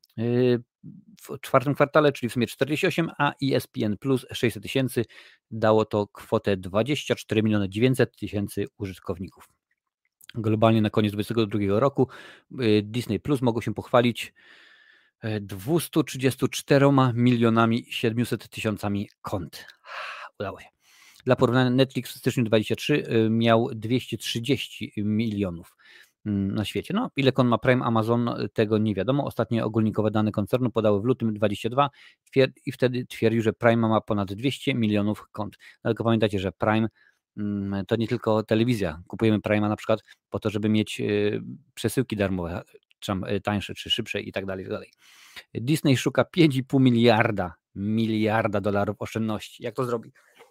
w czwartym kwartale, czyli w sumie 48, a ESPN Plus 600 000, dało to kwotę 24 900 000 użytkowników. Globalnie na koniec 2022 roku Disney Plus mogło się pochwalić 234 700 000 kont. Udało się. Dla porównania Netflix w styczniu 2023 miał 230 milionów na świecie. No, ile kont ma Prime, Amazon, tego nie wiadomo. Ostatnie ogólnikowe dane koncernu podały w lutym 2022 i wtedy twierdził, że Prime ma ponad 200 milionów kont. Ale tylko pamiętajcie, że Prime to nie tylko telewizja. Kupujemy Prime'a na przykład po to, żeby mieć przesyłki darmowe, czy tańsze, czy szybsze i tak dalej, i tak dalej. Disney szuka 5,5 miliarda dolarów oszczędności. Jak to zrobi?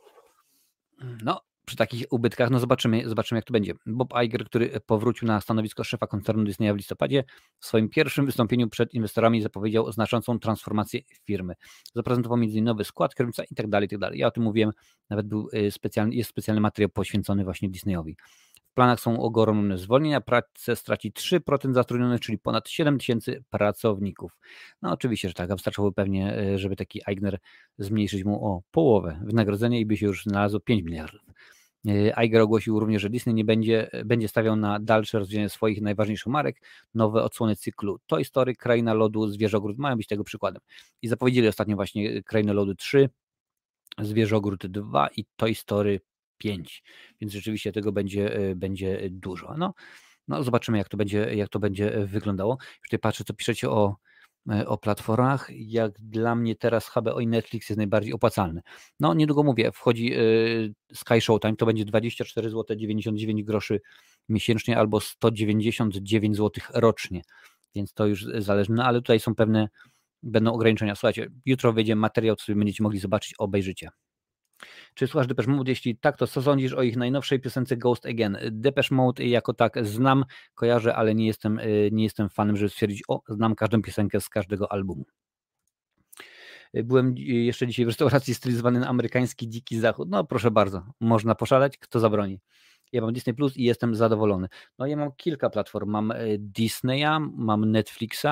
No, przy takich ubytkach, no zobaczymy jak to będzie. Bob Iger, który powrócił na stanowisko szefa koncernu Disneya w listopadzie, w swoim pierwszym wystąpieniu przed inwestorami zapowiedział znaczącą transformację firmy. Zaprezentował m.in. nowy skład kierownictwa i tak dalej, i tak dalej. Ja o tym mówiłem, nawet jest specjalny materiał poświęcony właśnie Disneyowi. W planach są ogromne zwolnienia, pracę straci 3% zatrudnionych, czyli ponad 7 000 pracowników. No oczywiście, że tak, a wystarczyłoby pewnie, żeby taki Iger zmniejszyć mu o połowę wynagrodzenia i by się już znalazło 5 miliardów. Iger ogłosił również, że Disney nie będzie stawiał na dalsze rozwijanie swoich najważniejszych marek. Nowe odsłony cyklu Toy Story, Kraina Lodu, Zwierzogród mają być tego przykładem. I zapowiedzieli ostatnio właśnie Krainę Lodu 3, Zwierzogród 2 i Toy Story 5. Więc rzeczywiście tego będzie dużo. No zobaczymy, jak to będzie wyglądało. Już tutaj patrzę, co piszecie o platformach. Jak dla mnie teraz HBO i Netflix jest najbardziej opłacalny. No niedługo mówię, wchodzi Sky Showtime, to będzie 24 zł 99 groszy miesięcznie albo 199 zł rocznie, więc to już zależy, no ale tutaj są będą ograniczenia. Słuchajcie, jutro wyjdzie materiał, który będziecie mogli zobaczyć, obejrzycie. Czy słuchasz Depeche Mode? Jeśli tak, to co sądzisz o ich najnowszej piosence Ghost Again? Depeche Mode jako tak znam, kojarzę, ale nie jestem fanem, żeby stwierdzić, znam każdą piosenkę z każdego albumu. Byłem jeszcze dzisiaj w restauracji stylizowanej na amerykański dziki zachód. No proszę bardzo, można poszaleć, kto zabroni. Ja mam Disney Plus i jestem zadowolony. No ja mam kilka platform. Mam Disneya, mam Netflixa,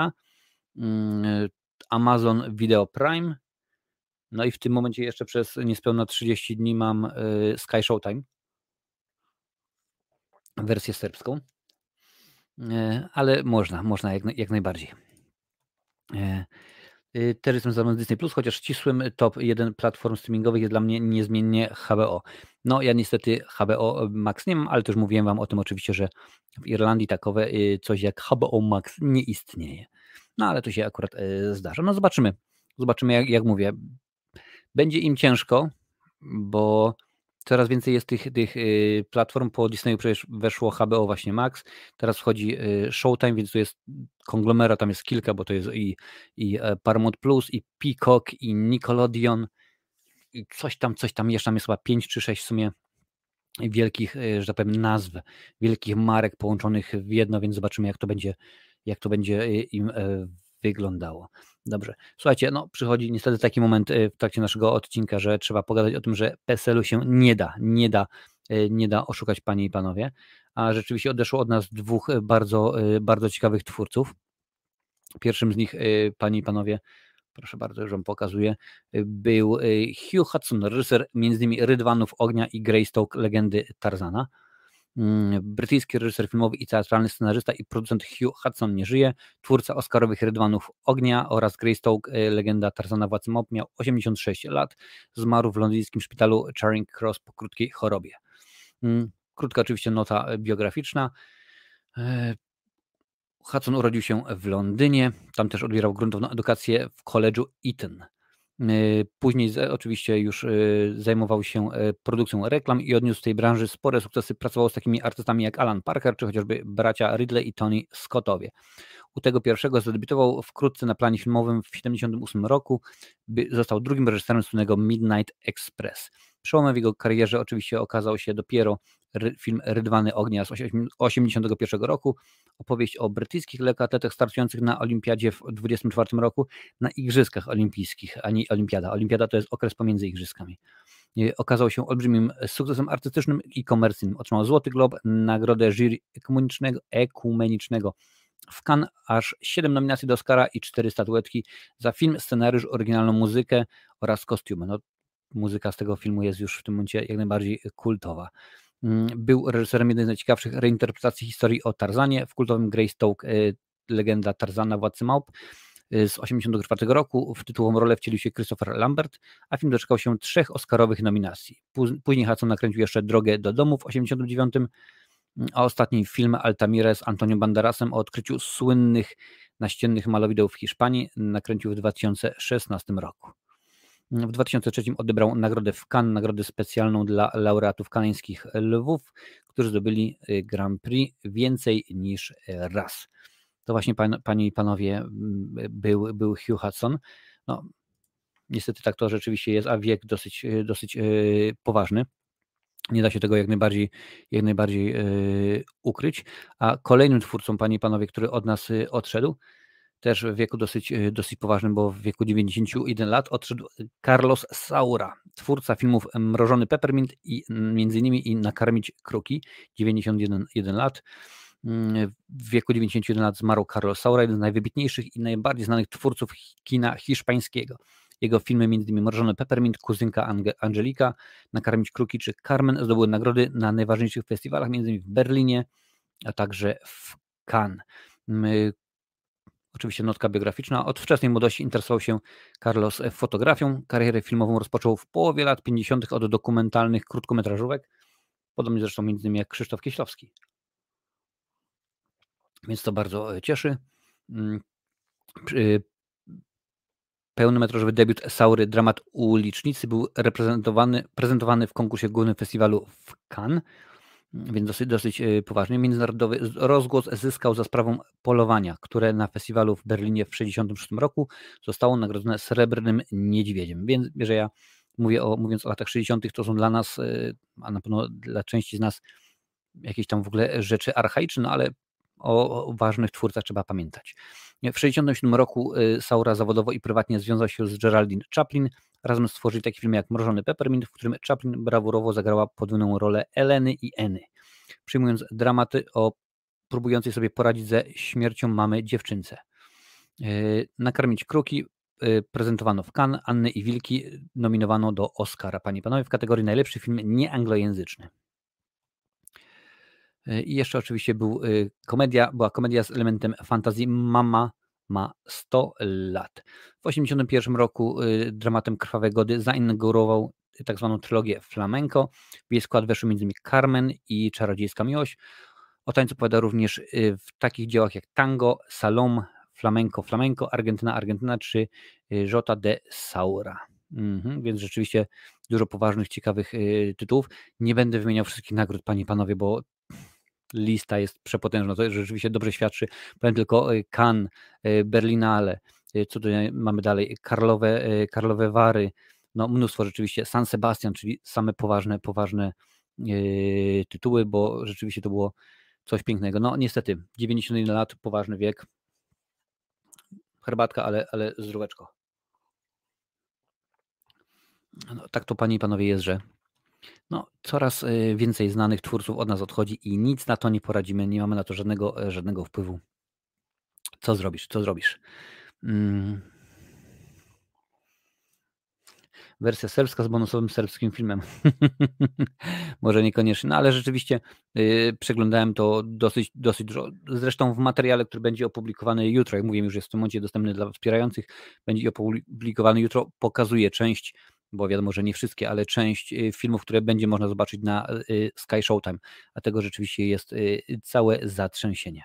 Amazon Video Prime, no i w tym momencie jeszcze przez niespełna 30 dni mam Sky Showtime, wersję serbską, ale można jak najbardziej. Też jestem zadowolony z Disney Plus, chociaż ścisłym top 1 platform streamingowych jest dla mnie niezmiennie HBO. No ja niestety HBO Max nie mam, ale też mówiłem Wam o tym oczywiście, że w Irlandii takowe coś jak HBO Max nie istnieje. No ale to się akurat zdarza. No zobaczymy jak mówię. Będzie im ciężko, bo coraz więcej jest tych platform. Po Disneyu przecież weszło HBO właśnie Max, teraz wchodzi Showtime, więc to jest konglomerat, tam jest kilka, bo to jest i Paramount Plus, i Peacock, i Nickelodeon, i coś tam jeszcze, tam jest chyba 5 czy 6 w sumie wielkich, że tak powiem, nazw, wielkich marek połączonych w jedno, więc zobaczymy jak to będzie im wyglądało. Dobrze. Słuchajcie, no przychodzi niestety taki moment w trakcie naszego odcinka, że trzeba pogadać o tym, że PESEL-u się nie da oszukać, panie i panowie, a rzeczywiście odeszło od nas dwóch bardzo ciekawych twórców. Pierwszym z nich, panie i panowie, proszę bardzo, już wam pokazuję, był Hugh Hudson, reżyser m.in. Rydwanów Ognia i Greystoke, legendy Tarzana. Brytyjski reżyser filmowy i teatralny scenarzysta i producent Hugh Hudson nie żyje. Twórca Oscarowych Rydwanów Ognia oraz Greystoke, legenda Tarzana Władcy Małp, miał 86 lat. Zmarł w londyńskim szpitalu Charing Cross po krótkiej chorobie. Krótka oczywiście nota biograficzna. Hudson urodził się w Londynie, tam też odbierał gruntowną edukację w College'u Eton. Później oczywiście już zajmował się produkcją reklam i odniósł w tej branży spore sukcesy. Pracował z takimi artystami jak Alan Parker, czy chociażby bracia Ridley i Tony Scottowie. U tego pierwszego zadebiutował wkrótce na planie filmowym w 1978 roku. Został drugim reżyserem słynnego Midnight Express. Przełomem w jego karierze oczywiście okazał się dopiero film Rydwany Ognia z 1981 roku. Opowieść o brytyjskich lekkoatletach startujących na olimpiadzie w 1924 roku na Igrzyskach Olimpijskich, a nie olimpiada. Olimpiada to jest okres pomiędzy igrzyskami. Okazał się olbrzymim sukcesem artystycznym i komercyjnym. Otrzymał Złoty Glob, nagrodę jury ekumenicznego w Cannes, aż 7 nominacji do Oscara i 4 statuetki za film, scenariusz, oryginalną muzykę oraz kostiumy. No, muzyka z tego filmu jest już w tym momencie jak najbardziej kultowa. Był reżyserem jednej z najciekawszych reinterpretacji historii o Tarzanie w kultowym Greystoke, legenda Tarzana Władcy Małp z 1984 roku. W tytułową rolę wcielił się Christopher Lambert, a film doczekał się 3 Oscarowych nominacji. Później Hudson nakręcił jeszcze Drogę do domu w 1989, a ostatni film Altamira z Antonio Banderasem o odkryciu słynnych naściennych malowideł w Hiszpanii nakręcił w 2016 roku. W 2003 odebrał nagrodę w Cannes, nagrodę specjalną dla laureatów kaneńskich lwów, którzy zdobyli Grand Prix więcej niż raz. To właśnie, panie i panowie, był Hugh Hudson. No, niestety tak to rzeczywiście jest, a wiek dosyć poważny. Nie da się tego jak najbardziej ukryć. A kolejnym twórcą, panie i panowie, który od nas odszedł, też w wieku dosyć poważnym, bo w wieku 91 lat odszedł Carlos Saura, twórca filmów Mrożony Peppermint i między innymi i Nakarmić Kruki, 91 lat. W wieku 91 lat zmarł Carlos Saura, jeden z najwybitniejszych i najbardziej znanych twórców kina hiszpańskiego. Jego filmy, m.in. Mrożony Peppermint, Kuzynka Angelika, Nakarmić Kruki czy Carmen zdobyły nagrody na najważniejszych festiwalach, m.in. w Berlinie, a także w Cannes. Oczywiście notka biograficzna. Od wczesnej młodości interesował się Carlos fotografią. Karierę filmową rozpoczął w połowie lat 50. od dokumentalnych krótkometrażówek, podobnie zresztą między innymi jak Krzysztof Kieślowski. Więc to bardzo cieszy. Pełnometrażowy debiut Saury, dramat Ulicznicy, był prezentowany w konkursie głównym festiwalu w Cannes, więc dosyć poważnie. Międzynarodowy rozgłos zyskał za sprawą Polowania, które na festiwalu w Berlinie w 1966 roku zostało nagrodzone Srebrnym Niedźwiedziem. Więc, że ja mówiąc o latach 60., to są dla nas, a na pewno dla części z nas, jakieś tam w ogóle rzeczy archaiczne, no ale o ważnych twórcach trzeba pamiętać. W 1967 roku Saura zawodowo i prywatnie związał się z Geraldine Chaplin. Razem stworzyli taki film jak Mrożony Peppermint, w którym Chaplin brawurowo zagrała podwójną rolę Eleny i Eny, przyjmując dramaty o próbującej sobie poradzić ze śmiercią mamy dziewczynce. Nakarmić Kruki prezentowano w Cannes, Anny i Wilki nominowano do Oscara, panie i panowie, w kategorii najlepszy film nieanglojęzyczny. I jeszcze oczywiście była komedia z elementem fantazji Mama ma 100 lat. W 1981 roku dramatem Krwawe Gody zainaugurował tak zwaną trylogię flamenco. W jej skład weszły m.in. Carmen i Czarodziejska Miłość. O tańcu opowiada również w takich dziełach jak Tango, Salom, Flamenco, Argentyna czy Jota de Saura. Więc rzeczywiście dużo poważnych, ciekawych tytułów. Nie będę wymieniał wszystkich nagród, panie i panowie, bo lista jest przepotężna, to rzeczywiście dobrze świadczy. Powiem tylko Cannes, Berlinale, co tutaj mamy dalej, Karlowe Wary, no mnóstwo rzeczywiście, San Sebastian, czyli same poważne tytuły, bo rzeczywiście to było coś pięknego. No niestety, 91 lat, poważny wiek, herbatka, ale zdróweczko. No, tak to, panie i panowie, jest, że coraz więcej znanych twórców od nas odchodzi i nic na to nie poradzimy, nie mamy na to żadnego wpływu. Co zrobisz? wersja serbska z bonusowym serbskim filmem. Może niekoniecznie, no ale rzeczywiście przeglądałem to dosyć dużo. Zresztą w materiale, który będzie opublikowany jutro, jak mówiłem, już jest w tym momencie dostępny dla wspierających, będzie opublikowany jutro, pokazuje część, bo wiadomo, że nie wszystkie, ale część filmów, które będzie można zobaczyć na Sky Showtime, a tego rzeczywiście jest całe zatrzęsienie.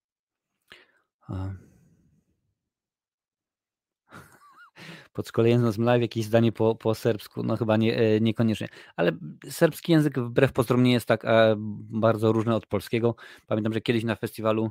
Podszkolając live jakieś zdanie po serbsku, no chyba niekoniecznie. Ale serbski język wbrew pozorom nie jest tak bardzo różny od polskiego. Pamiętam, że kiedyś na festiwalu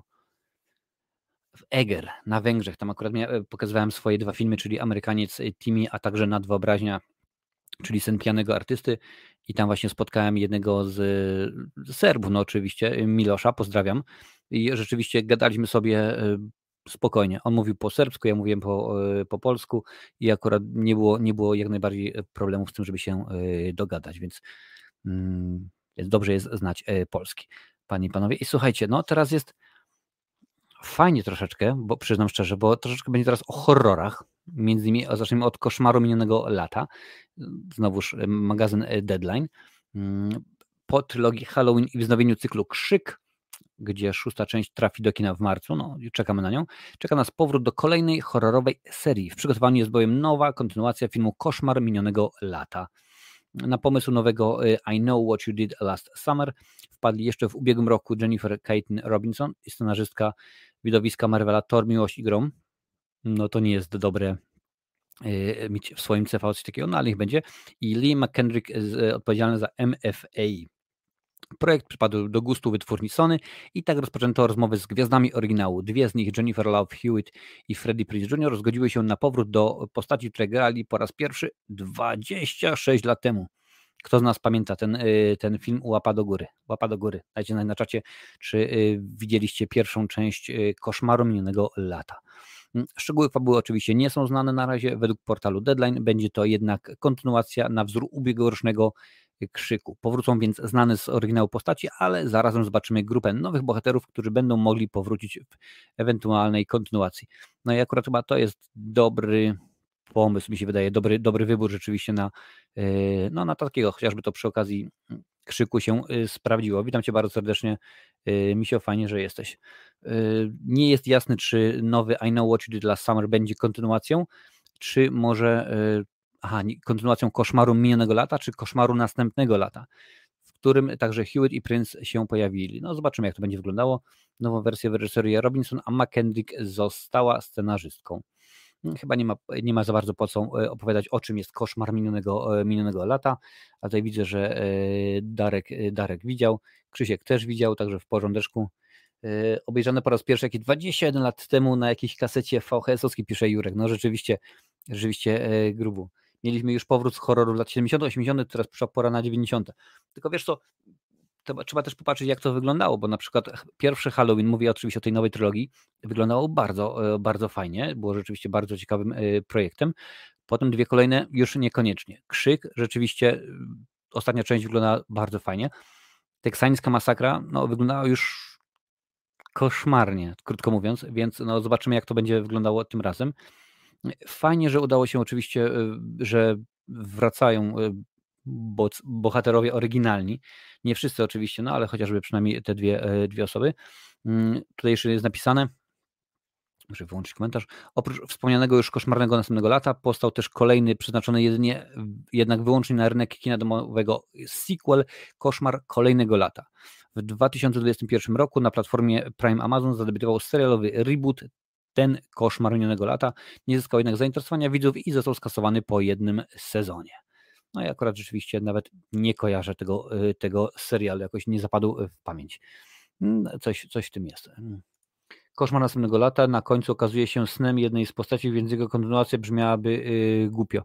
w Eger na Węgrzech, tam akurat pokazywałem swoje 2 filmy, czyli Amerykaniec Timmy, a także Nadwyobraźnia, czyli Sen pijanego artysty, i tam właśnie spotkałem jednego z Serbów, no oczywiście, Milosza, pozdrawiam, i rzeczywiście gadaliśmy sobie spokojnie. On mówił po serbsku, ja mówiłem po polsku i akurat nie było jak najbardziej problemów z tym, żeby się dogadać, więc dobrze jest znać polski, panie i panowie. I słuchajcie, no teraz jest fajnie troszeczkę, bo przyznam szczerze, bo troszeczkę będzie teraz o horrorach. Między innymi zacznijmy od Koszmaru minionego lata. Znowuż magazyn Deadline. Po trylogii Halloween i wznowieniu cyklu Krzyk, gdzie 6. część trafi do kina w marcu, no i czekamy na nią, czeka nas powrót do kolejnej horrorowej serii. W przygotowaniu jest bowiem nowa kontynuacja filmu Koszmar minionego lata. Na pomysł nowego I Know What You Did Last Summer wpadli jeszcze w ubiegłym roku Jennifer Kaytin Robinson i scenarzystka widowiska Marvela Thor, Miłość i Grom. No to nie jest dobre mieć w swoim CV coś takiego, no ale niech będzie. I Lee McKendrick odpowiedzialny za MFA. Projekt przypadł do gustu wytwórni Sony i tak rozpoczęto rozmowy z gwiazdami oryginału. 2 z nich, Jennifer Love Hewitt i Freddie Prinze Jr., zgodziły się na powrót do postaci, które grali po raz pierwszy 26 lat temu. Kto z nas pamięta ten film Łapa do góry? Łapa do góry. Dajcie znać na czacie, czy widzieliście pierwszą część Koszmaru minionego lata. Szczegóły fabuły oczywiście nie są znane na razie. Według portalu Deadline będzie to jednak kontynuacja na wzór ubiegłorocznego Krzyku. Powrócą więc znane z oryginału postaci, ale zarazem zobaczymy grupę nowych bohaterów, którzy będą mogli powrócić w ewentualnej kontynuacji. No i akurat chyba to jest dobry pomysł, mi się wydaje, dobry wybór rzeczywiście na takiego, chociażby to przy okazji Krzyku się sprawdziło. Witam Cię bardzo serdecznie, Misio, fajnie, że jesteś. Nie jest jasne, czy nowy I Know What You Did Last Summer będzie kontynuacją, czy może kontynuacją Koszmaru minionego lata, czy Koszmaru następnego lata, w którym także Hewitt i Prince się pojawili. No zobaczymy, jak to będzie wyglądało. Nową wersję wyreżyseruje Robinson, a McKendrick została scenarzystką. Chyba nie ma za bardzo po co opowiadać, o czym jest Koszmar minionego lata, a tutaj widzę, że Darek widział, Krzysiek też widział, także w porządeczku. Obejrzane po raz pierwszy jakieś 21 lat temu na jakiejś kasecie VHS-owskiej, pisze Jurek. No rzeczywiście grubo. Mieliśmy już powrót z horroru lat 70., 80., teraz przyszła pora na 90. Tylko wiesz co, trzeba też popatrzeć, jak to wyglądało, bo na przykład pierwszy Halloween, mówię oczywiście o tej nowej trylogii, wyglądało bardzo, bardzo fajnie, było rzeczywiście bardzo ciekawym projektem. Potem 2 kolejne już niekoniecznie. Krzyk, rzeczywiście ostatnia część wygląda bardzo fajnie. Teksańska masakra, no wyglądała już koszmarnie, krótko mówiąc, więc no zobaczymy, jak to będzie wyglądało tym razem. Fajnie, że udało się oczywiście, że wracają bohaterowie oryginalni. Nie wszyscy oczywiście, no ale chociażby przynajmniej te dwie osoby. Tutaj jeszcze jest napisane, muszę wyłączyć komentarz, oprócz wspomnianego już Koszmarnego następnego lata powstał też kolejny, przeznaczony jednak wyłącznie na rynek kina domowego sequel Koszmar kolejnego lata. W 2021 roku na platformie Prime Amazon zadebiutował serialowy reboot Ten Koszmar minionego lata. Nie zyskał jednak zainteresowania widzów i został skasowany po 1 sezonie. No i akurat rzeczywiście nawet nie kojarzę tego serialu, jakoś nie zapadł w pamięć. Coś w tym jest. Koszmar następnego lata na końcu okazuje się snem jednej z postaci, więc jego kontynuacja brzmiałaby głupio.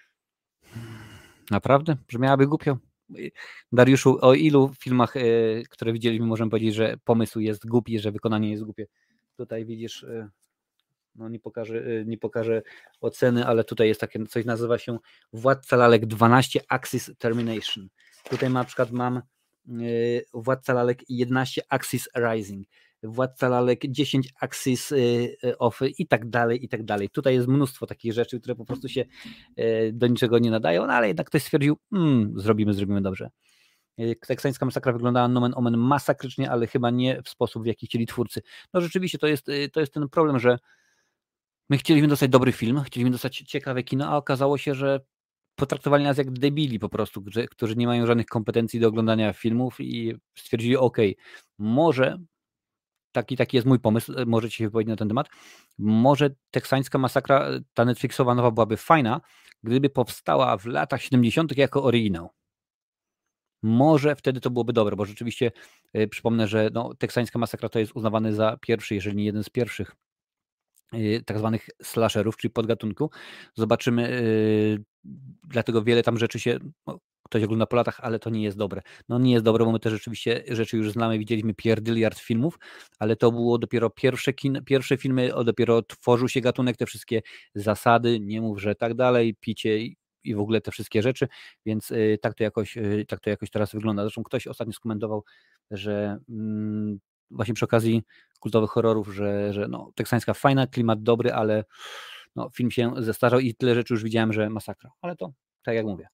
Naprawdę? Brzmiałaby głupio? Dariuszu, o ilu filmach, które widzieliśmy, możemy powiedzieć, że pomysł jest głupi, że wykonanie jest głupie? Tutaj widzisz, no nie pokażę oceny, ale tutaj jest takie coś, nazywa się Władca Lalek 12 Axis Termination. Tutaj na przykład mam Władca Lalek 11 Axis Rising. Władca Lalek, 10 Axis of i tak dalej, i tak dalej. Tutaj jest mnóstwo takich rzeczy, które po prostu się do niczego nie nadają, no ale jednak ktoś stwierdził, zrobimy dobrze. Teksańska masakra wyglądała nomen omen masakrycznie, ale chyba nie w sposób, w jaki chcieli twórcy. No rzeczywiście to jest ten problem, że my chcieliśmy dostać dobry film, chcieliśmy dostać ciekawe kino, a okazało się, że potraktowali nas jak debili po prostu, którzy nie mają żadnych kompetencji do oglądania filmów i stwierdzili, może taki jest mój pomysł, możecie się wypowiedzieć na ten temat, może teksańska masakra, ta Netflixowa nowa byłaby fajna, gdyby powstała w latach 70. jako oryginał. Może wtedy to byłoby dobre, bo rzeczywiście przypomnę, że teksańska masakra to jest uznawany za pierwszy, jeżeli nie jeden z pierwszych tak zwanych slasherów, czyli podgatunku. Zobaczymy, dlatego wiele tam rzeczy się, ktoś ogląda po latach, ale to nie jest dobre. No nie jest dobre, bo my te rzeczywiście rzeczy już znamy, widzieliśmy pierdyliard filmów, ale to było dopiero pierwsze filmy, dopiero tworzył się gatunek, te wszystkie zasady, nie mów, że tak dalej, picie i w ogóle te wszystkie rzeczy, więc tak to jakoś teraz wygląda. Zresztą ktoś ostatnio skomentował, że właśnie przy okazji kultowych horrorów, że teksańska fajna, klimat dobry, ale film się zestarzał i tyle rzeczy już widziałem, że masakra. Ale to, tak jak mówię,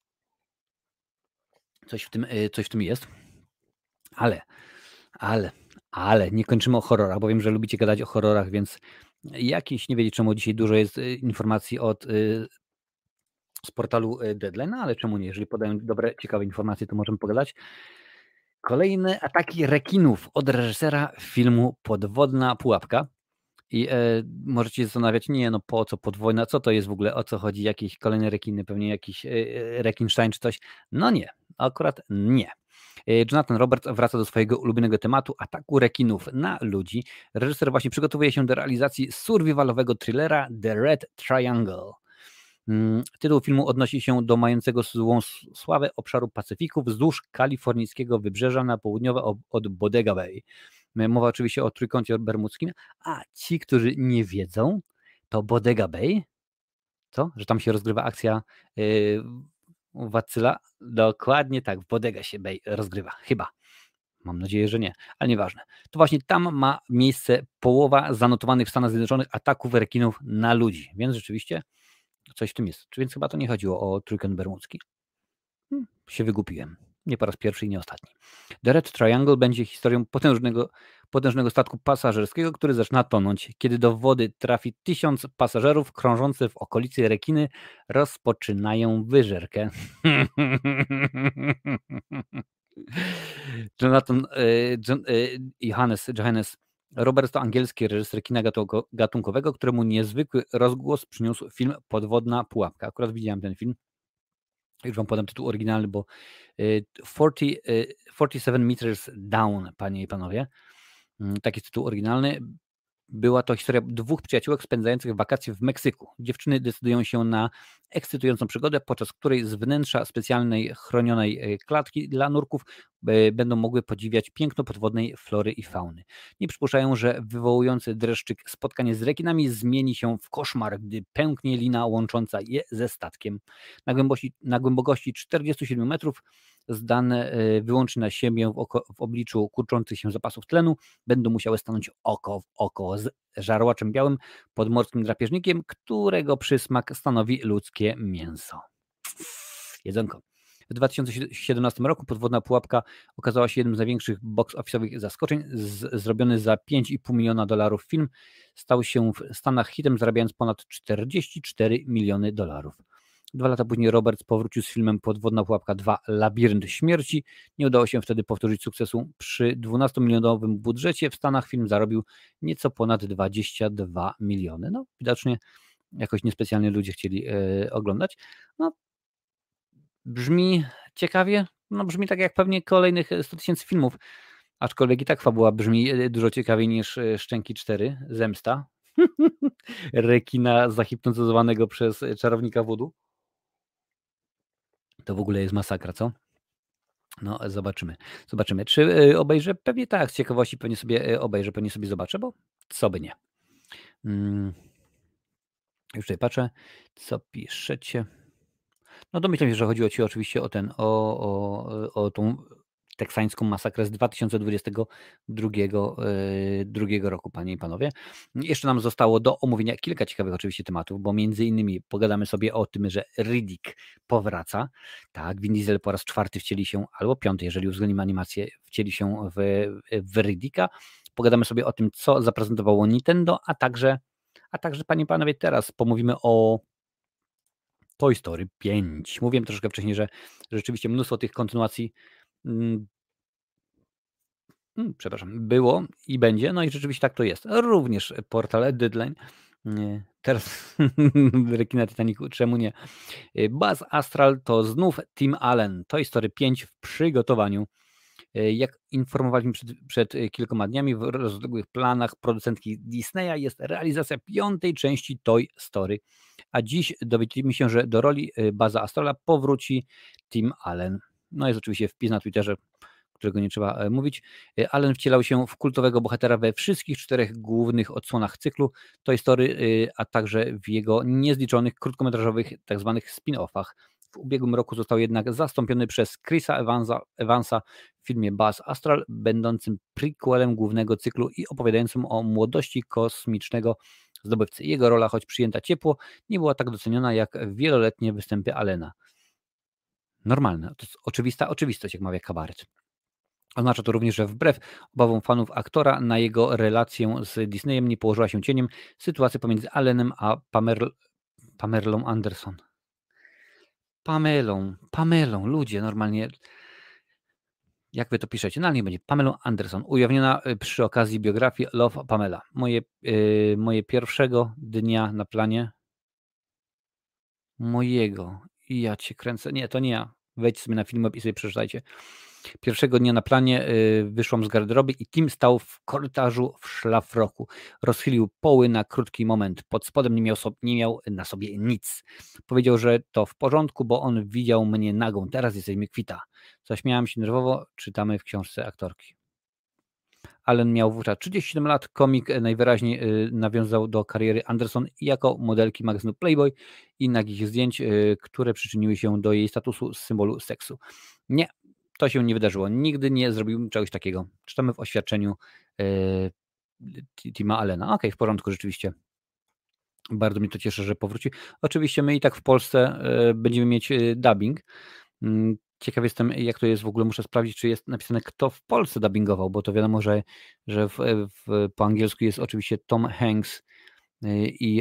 coś w tym jest. Ale nie kończymy o horrorach, bo wiem, że lubicie gadać o horrorach, więc nie wiedzieć czemu dzisiaj dużo jest informacji z portalu Deadline, ale czemu nie? Jeżeli podają dobre, ciekawe informacje, to możemy pogadać. Kolejne ataki rekinów od reżysera filmu Podwodna pułapka. I możecie się zastanawiać, po co podwójna, co to jest w ogóle, o co chodzi, jakieś kolejne rekiny, pewnie jakiś Rekinstein czy coś. No nie, akurat nie. Jonathan Roberts wraca do swojego ulubionego tematu ataku rekinów na ludzi. Reżyser właśnie przygotowuje się do realizacji survivalowego thrillera The Red Triangle. Tytuł filmu odnosi się do mającego złą sławę obszaru Pacyfiku wzdłuż kalifornijskiego wybrzeża na południowe od Bodega Bay. Mowa oczywiście o Trójkącie Bermudzkim, a ci, którzy nie wiedzą, to Bodega Bay, co? Że tam się rozgrywa akcja Władcy. Dokładnie tak, w Bodega się Bay rozgrywa, chyba. Mam nadzieję, że nie, ale nieważne. To właśnie tam ma miejsce połowa zanotowanych w Stanach Zjednoczonych ataków rekinów na ludzi, więc rzeczywiście coś w tym jest. Więc chyba to nie chodziło o Trójkąt Bermudzki. Się wygupiłem. Nie po raz pierwszy i nie ostatni. The Red Triangle będzie historią potężnego statku pasażerskiego, który zaczyna tonąć. Kiedy do wody trafi 1000 pasażerów, krążące w okolicy rekiny rozpoczynają wyżerkę. Johannes Roberts to angielski reżyser kina gatunkowego, któremu niezwykły rozgłos przyniósł film Podwodna pułapka. Akurat widziałem ten film. Już wam podam tytuł oryginalny, bo 47 Meters Down, panie i panowie. Taki tytuł oryginalny. Była to historia dwóch przyjaciółek spędzających wakacje w Meksyku. Dziewczyny decydują się na ekscytującą przygodę, podczas której z wnętrza specjalnej chronionej klatki dla nurków będą mogły podziwiać piękno podwodnej flory i fauny. Nie przypuszczają, że wywołujący dreszczyk spotkanie z rekinami zmieni się w koszmar, gdy pęknie lina łącząca je ze statkiem. Na głębokości 47 metrów zdane wyłącznie na siebie w obliczu kurczących się zapasów tlenu, będą musiały stanąć oko w oko z żarłaczem białym podmorskim drapieżnikiem, którego przysmak stanowi ludzkie mięso. Jedzonko. W 2017 roku Podwodna pułapka okazała się jednym z największych box-office'owych zaskoczeń. Zrobiony za $5,5 miliona film stał się w Stanach hitem, zarabiając ponad $44 miliony. 2 lata później Roberts powrócił z filmem Podwodna pułapka 2 Labirynt śmierci. Nie udało się wtedy powtórzyć sukcesu. Przy 12-milionowym budżecie w Stanach film zarobił nieco ponad 22 miliony. No, widocznie jakoś niespecjalnie ludzie chcieli oglądać. No, brzmi ciekawie. No, brzmi tak jak pewnie kolejnych 100 000 filmów. Aczkolwiek i tak fabuła brzmi dużo ciekawiej niż Szczęki 4, Zemsta. Rekina zahipnotyzowanego przez czarownika voodoo. To w ogóle jest masakra, co? No, zobaczymy. Czy obejrzę? Pewnie tak, z ciekawości pewnie sobie obejrzę, pewnie sobie zobaczę, bo co by nie. Już tutaj patrzę, co piszecie. No domyślam się, że chodziło ci oczywiście o tą teksańską masakrę z 2022 roku, panie i panowie. Jeszcze nam zostało do omówienia kilka ciekawych oczywiście tematów, bo między innymi pogadamy sobie o tym, że Riddick powraca. Tak, Vin Diesel po raz 4 wcieli się, albo 5, jeżeli uwzględnimy animację, wcieli się w Riddicka. Pogadamy sobie o tym, co zaprezentowało Nintendo, a także, panie i panowie, teraz pomówimy o Toy Story 5. Mówiłem troszkę wcześniej, że rzeczywiście mnóstwo tych kontynuacji mm, przepraszam, było i będzie, no i rzeczywiście tak to jest. Również portal Deadline. Teraz rekina Titanicu, czemu nie? Buzz Astral to znów Tim Allen. Toy Story 5 w przygotowaniu. Jak informowaliśmy przed kilkoma dniami, w rozległych planach producentki Disneya jest realizacja 5. części Toy Story. A dziś dowiedzieliśmy się, że do roli Buzza Astrala powróci Tim Allen. No jest oczywiście wpis na Twitterze, którego nie trzeba mówić. Allen wcielał się w kultowego bohatera we wszystkich 4 głównych odsłonach cyklu Toy Story, a także w jego niezliczonych krótkometrażowych tzw. spin-offach. W ubiegłym roku został jednak zastąpiony przez Chrisa Evansa w filmie Buzz Astral, będącym prequelem głównego cyklu i opowiadającym o młodości kosmicznego zdobywcy. Jego rola, choć przyjęta ciepło, nie była tak doceniona jak wieloletnie występy Allena. Normalne, to jest oczywista oczywistość, jak mawia kabaret. Oznacza to również, że wbrew obawom fanów aktora na jego relację z Disneyem nie położyła się cieniem sytuacja pomiędzy Allenem a Pamelą Anderson. Pamelą, ludzie, normalnie. Jak wy to piszecie? No ale nie będzie. Pamelą Anderson, ujawniona przy okazji biografii Love Pamela. Moje pierwszego dnia na planie mojego. I ja cię kręcę. Nie, to nie ja. Wejdź sobie na Filmweb i sobie przeczytajcie. Pierwszego dnia na planie wyszłam z garderoby i Tim stał w korytarzu w szlafroku. Rozchylił poły na krótki moment. Pod spodem nie miał na sobie nic. Powiedział, że to w porządku, bo on widział mnie nagą. Teraz jesteśmy kwita. Zaśmiałam się nerwowo. Czytamy w książce aktorki. Allen miał wówczas 37 lat. Komik najwyraźniej nawiązał do kariery Anderson jako modelki magazynu Playboy i nagich zdjęć, które przyczyniły się do jej statusu z symbolu seksu. Nie, to się nie wydarzyło. Nigdy nie zrobiłbym czegoś takiego. Czytamy w oświadczeniu Tima Allena. Okej, w porządku, rzeczywiście. Bardzo mnie to cieszy, że powróci. Oczywiście my i tak w Polsce będziemy mieć dubbing. Ciekaw jestem, jak to jest w ogóle. Muszę sprawdzić, czy jest napisane, kto w Polsce dubbingował, bo to wiadomo, że po angielsku jest oczywiście Tom Hanks i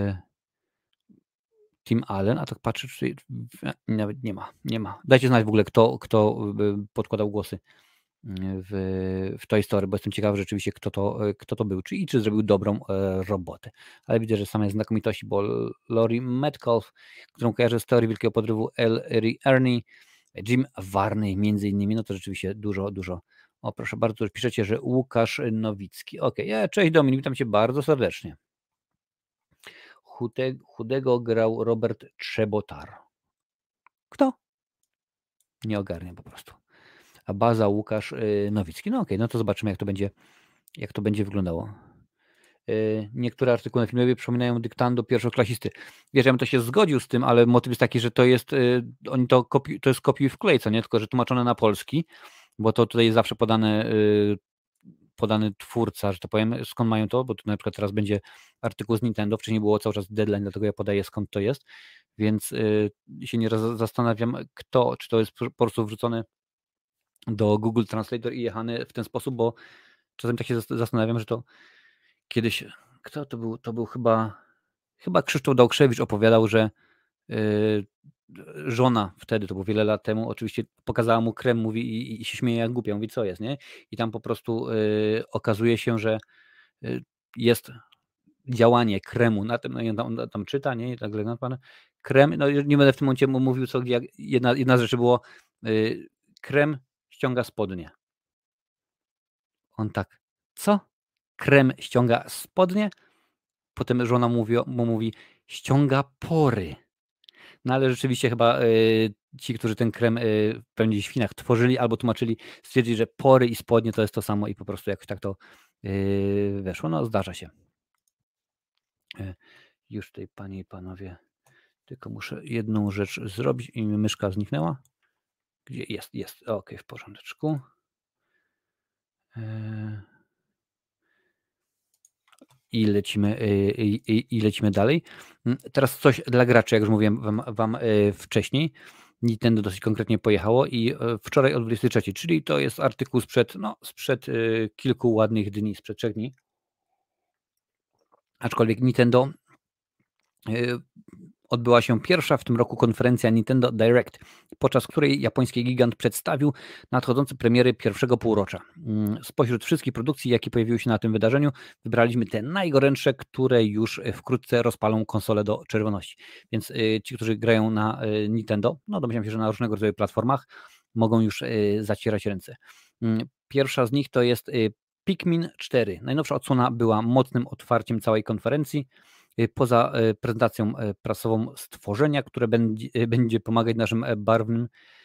Tim Allen, a tak patrzę, czy nawet nie ma. Dajcie znać w ogóle, kto podkładał głosy w Toy Story, bo jestem ciekawy rzeczywiście, kto to był, czy zrobił dobrą robotę. Ale widzę, że same znakomitości, bo Laurie Metcalf, którą kojarzę z Teorii Wielkiego Podrywu, Ernie, Jim Varney między innymi, no to rzeczywiście dużo. O, proszę bardzo, piszecie, że Łukasz Nowicki. Okej, cześć Dominik, witam cię bardzo serdecznie. Chudego grał Robert Trzebotar. Kto? Nie ogarniam po prostu. A baza Łukasz Nowicki. No okej, no to zobaczymy, jak to będzie wyglądało. Niektóre artykuły na Filmwebie przypominają dyktando pierwszoklasisty. Wiesz, ja bym to się zgodził z tym, ale motyw jest taki, że to jest to jest kopiuj wklej, co nie? Tylko że tłumaczone na polski, bo to tutaj jest zawsze podany twórca, że to powiem, skąd mają to, bo tu na przykład teraz będzie artykuł z Nintendo, wcześniej było cały czas Deadline, dlatego ja podaję, skąd to jest, więc się nieraz zastanawiam, czy to jest po prostu wrzucone do Google Translator i jechany w ten sposób, bo czasem tak się zastanawiam, że to kiedyś, kto to był? To był chyba Krzysztof Dałkrzewicz opowiadał, że żona wtedy, to było wiele lat temu, oczywiście pokazała mu krem, mówi i się śmieje jak głupia, mówi co jest, nie? I tam po prostu okazuje się, że jest działanie kremu na tym, no i on tam czyta, nie? I tak krem, no nie będę w tym momencie mówił co, gdzie, jedna z rzeczy było krem ściąga spodnie. On tak, co? Krem ściąga spodnie? Potem żona mówi, ściąga pory. No ale rzeczywiście chyba ci, którzy ten krem pewnie gdzieś w Chinach tworzyli albo tłumaczyli, stwierdzili, że pory i spodnie to jest to samo i po prostu jakoś tak to weszło. No zdarza się. Już tutaj, panie i panowie, tylko muszę jedną rzecz zrobić i mi myszka zniknęła. Gdzie jest. Okej, w porządeczku. I lecimy dalej. Teraz coś dla graczy, jak już mówiłem wam wcześniej. Nintendo dosyć konkretnie pojechało i wczoraj o 23, czyli to jest artykuł sprzed kilku ładnych dni, sprzed 3 dni. Aczkolwiek Nintendo odbyła się pierwsza w tym roku konferencja Nintendo Direct, podczas której japoński gigant przedstawił nadchodzące premiery pierwszego półrocza. Spośród wszystkich produkcji, jakie pojawiły się na tym wydarzeniu, wybraliśmy te najgorętsze, które już wkrótce rozpalą konsolę do czerwoności. Więc ci, którzy grają na Nintendo, domyślam się, że na różnego rodzaju platformach, mogą już zacierać ręce. Pierwsza z nich to jest Pikmin 4. Najnowsza odsłona była mocnym otwarciem całej konferencji. Poza prezentacją prasową stworzenia, które będzie pomagać naszym barwnym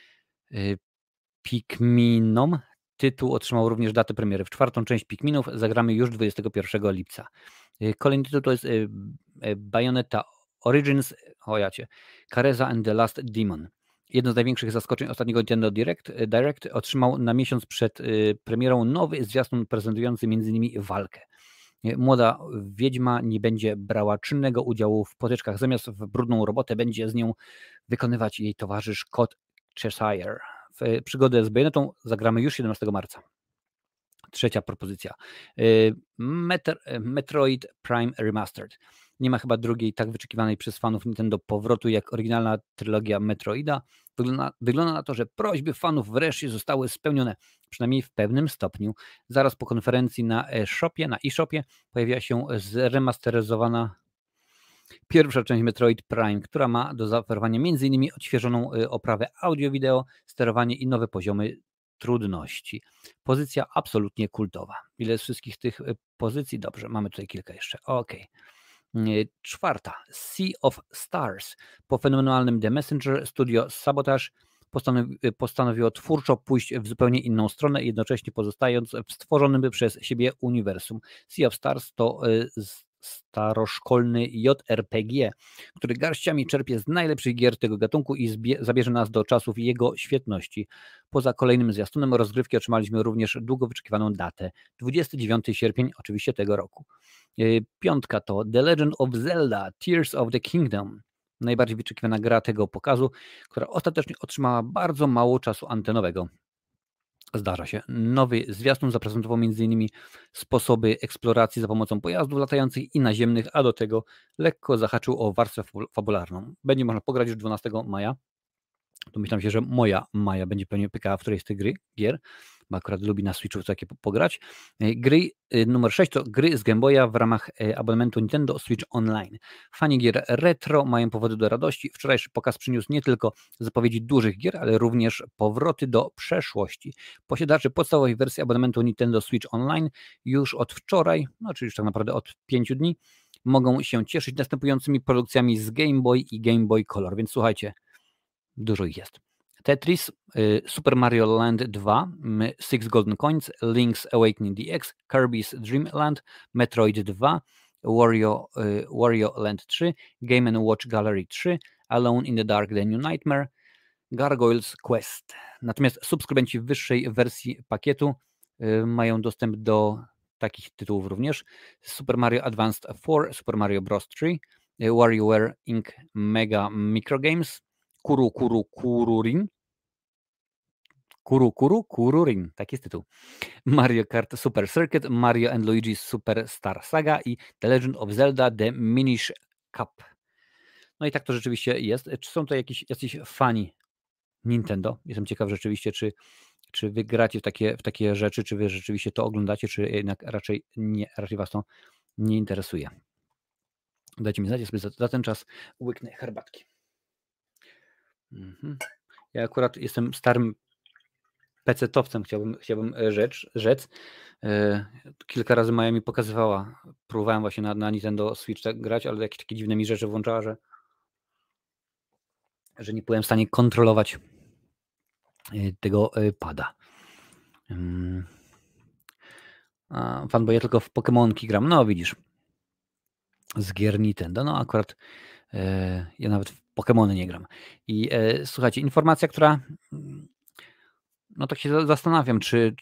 Pikminom, tytuł otrzymał również datę premiery. W 4. część Pikminów zagramy już 21 lipca. Kolejny tytuł to jest Bayonetta Origins, Careza and the Last Demon. Jedno z największych zaskoczeń ostatniego Nintendo Direct otrzymał na miesiąc przed premierą nowy zwiastun prezentujący m.in. walkę. Młoda wiedźma nie będzie brała czynnego udziału w potyczkach, zamiast w brudną robotę będzie z nią wykonywać jej towarzysz kot Cheshire. W przygodę z Bajonetą zagramy już 17 marca. Trzecia propozycja. Metroid Prime Remastered. Nie ma chyba drugiej tak wyczekiwanej przez fanów Nintendo powrotu jak oryginalna trylogia Metroida. Wygląda na to, że prośby fanów wreszcie zostały spełnione, przynajmniej w pewnym stopniu. Zaraz po konferencji na eShopie pojawiła się zremasteryzowana pierwsza część Metroid Prime, która ma do zaoferowania m.in. odświeżoną oprawę audio-wideo, sterowanie i nowe poziomy trudności. Pozycja absolutnie kultowa. Ile z wszystkich tych pozycji? Dobrze, mamy tutaj kilka jeszcze. Okej. 4. Sea of Stars. Po fenomenalnym The Messenger studio Sabotage postanowiło twórczo pójść w zupełnie inną stronę, jednocześnie pozostając w stworzonym przez siebie uniwersum. Sea of Stars to staroszkolny JRPG, który garściami czerpie z najlepszych gier tego gatunku i zabierze nas do czasów jego świetności. Poza kolejnym zwiastunem rozgrywki otrzymaliśmy również długo wyczekiwaną datę. 29 sierpień oczywiście tego roku. 5. to The Legend of Zelda Tears of the Kingdom. Najbardziej wyczekiwana gra tego pokazu, która ostatecznie otrzymała bardzo mało czasu antenowego. Zdarza się. Nowy zwiastun zaprezentował m.in. sposoby eksploracji za pomocą pojazdów latających i naziemnych, a do tego lekko zahaczył o warstwę fabularną. Będzie można pograć już 12 maja. Domyślam się, że moja Maja będzie pewnie pykała w którejś z tych gier, bo akurat lubi na Switchu takie pograć. Gry numer 6 to gry z Game Boya w ramach abonamentu Nintendo Switch Online. Fani gier retro mają powody do radości. Wczorajszy pokaz przyniósł nie tylko zapowiedzi dużych gier, ale również powroty do przeszłości. Posiadacze podstawowej wersji abonamentu Nintendo Switch Online już od wczoraj, czyli już tak naprawdę od 5 dni, mogą się cieszyć następującymi produkcjami z Game Boy i Game Boy Color. Więc słuchajcie, dużo ich jest. Tetris, Super Mario Land 2, Six Golden Coins, Link's Awakening DX, Kirby's Dream Land, Metroid 2, Wario Land 3, Game & Watch Gallery 3, Alone in the Dark The New Nightmare, Gargoyle's Quest. Natomiast subskrybenci wyższej wersji pakietu mają dostęp do takich tytułów również: Super Mario Advanced 4, Super Mario Bros. 3, WarioWare Inc. Mega Microgames, Kururin. Kururin, taki jest tytuł. Mario Kart Super Circuit, Mario and Luigi's Super Star Saga i The Legend of Zelda The Minish Cap. No i tak to rzeczywiście jest. Czy są to jacyś fani Nintendo? Jestem ciekaw rzeczywiście, czy wy gracie w takie rzeczy, czy wy rzeczywiście to oglądacie, czy jednak raczej was to nie interesuje. Dajcie mi znać, ja sobie za ten czas łyknę herbatki. Ja akurat jestem starym pecetowcem, chciałbym rzec. Kilka razy Maja mi pokazywała, próbowałem właśnie na Nintendo Switch tak grać, ale jakieś takie dziwne mi rzeczy włączała, że nie byłem w stanie kontrolować tego pada. Bo ja tylko w Pokemonki gram. No widzisz, z gier Nintendo. No akurat ja nawet w Pokemony nie gram. I słuchajcie, informacja, która no tak się zastanawiam,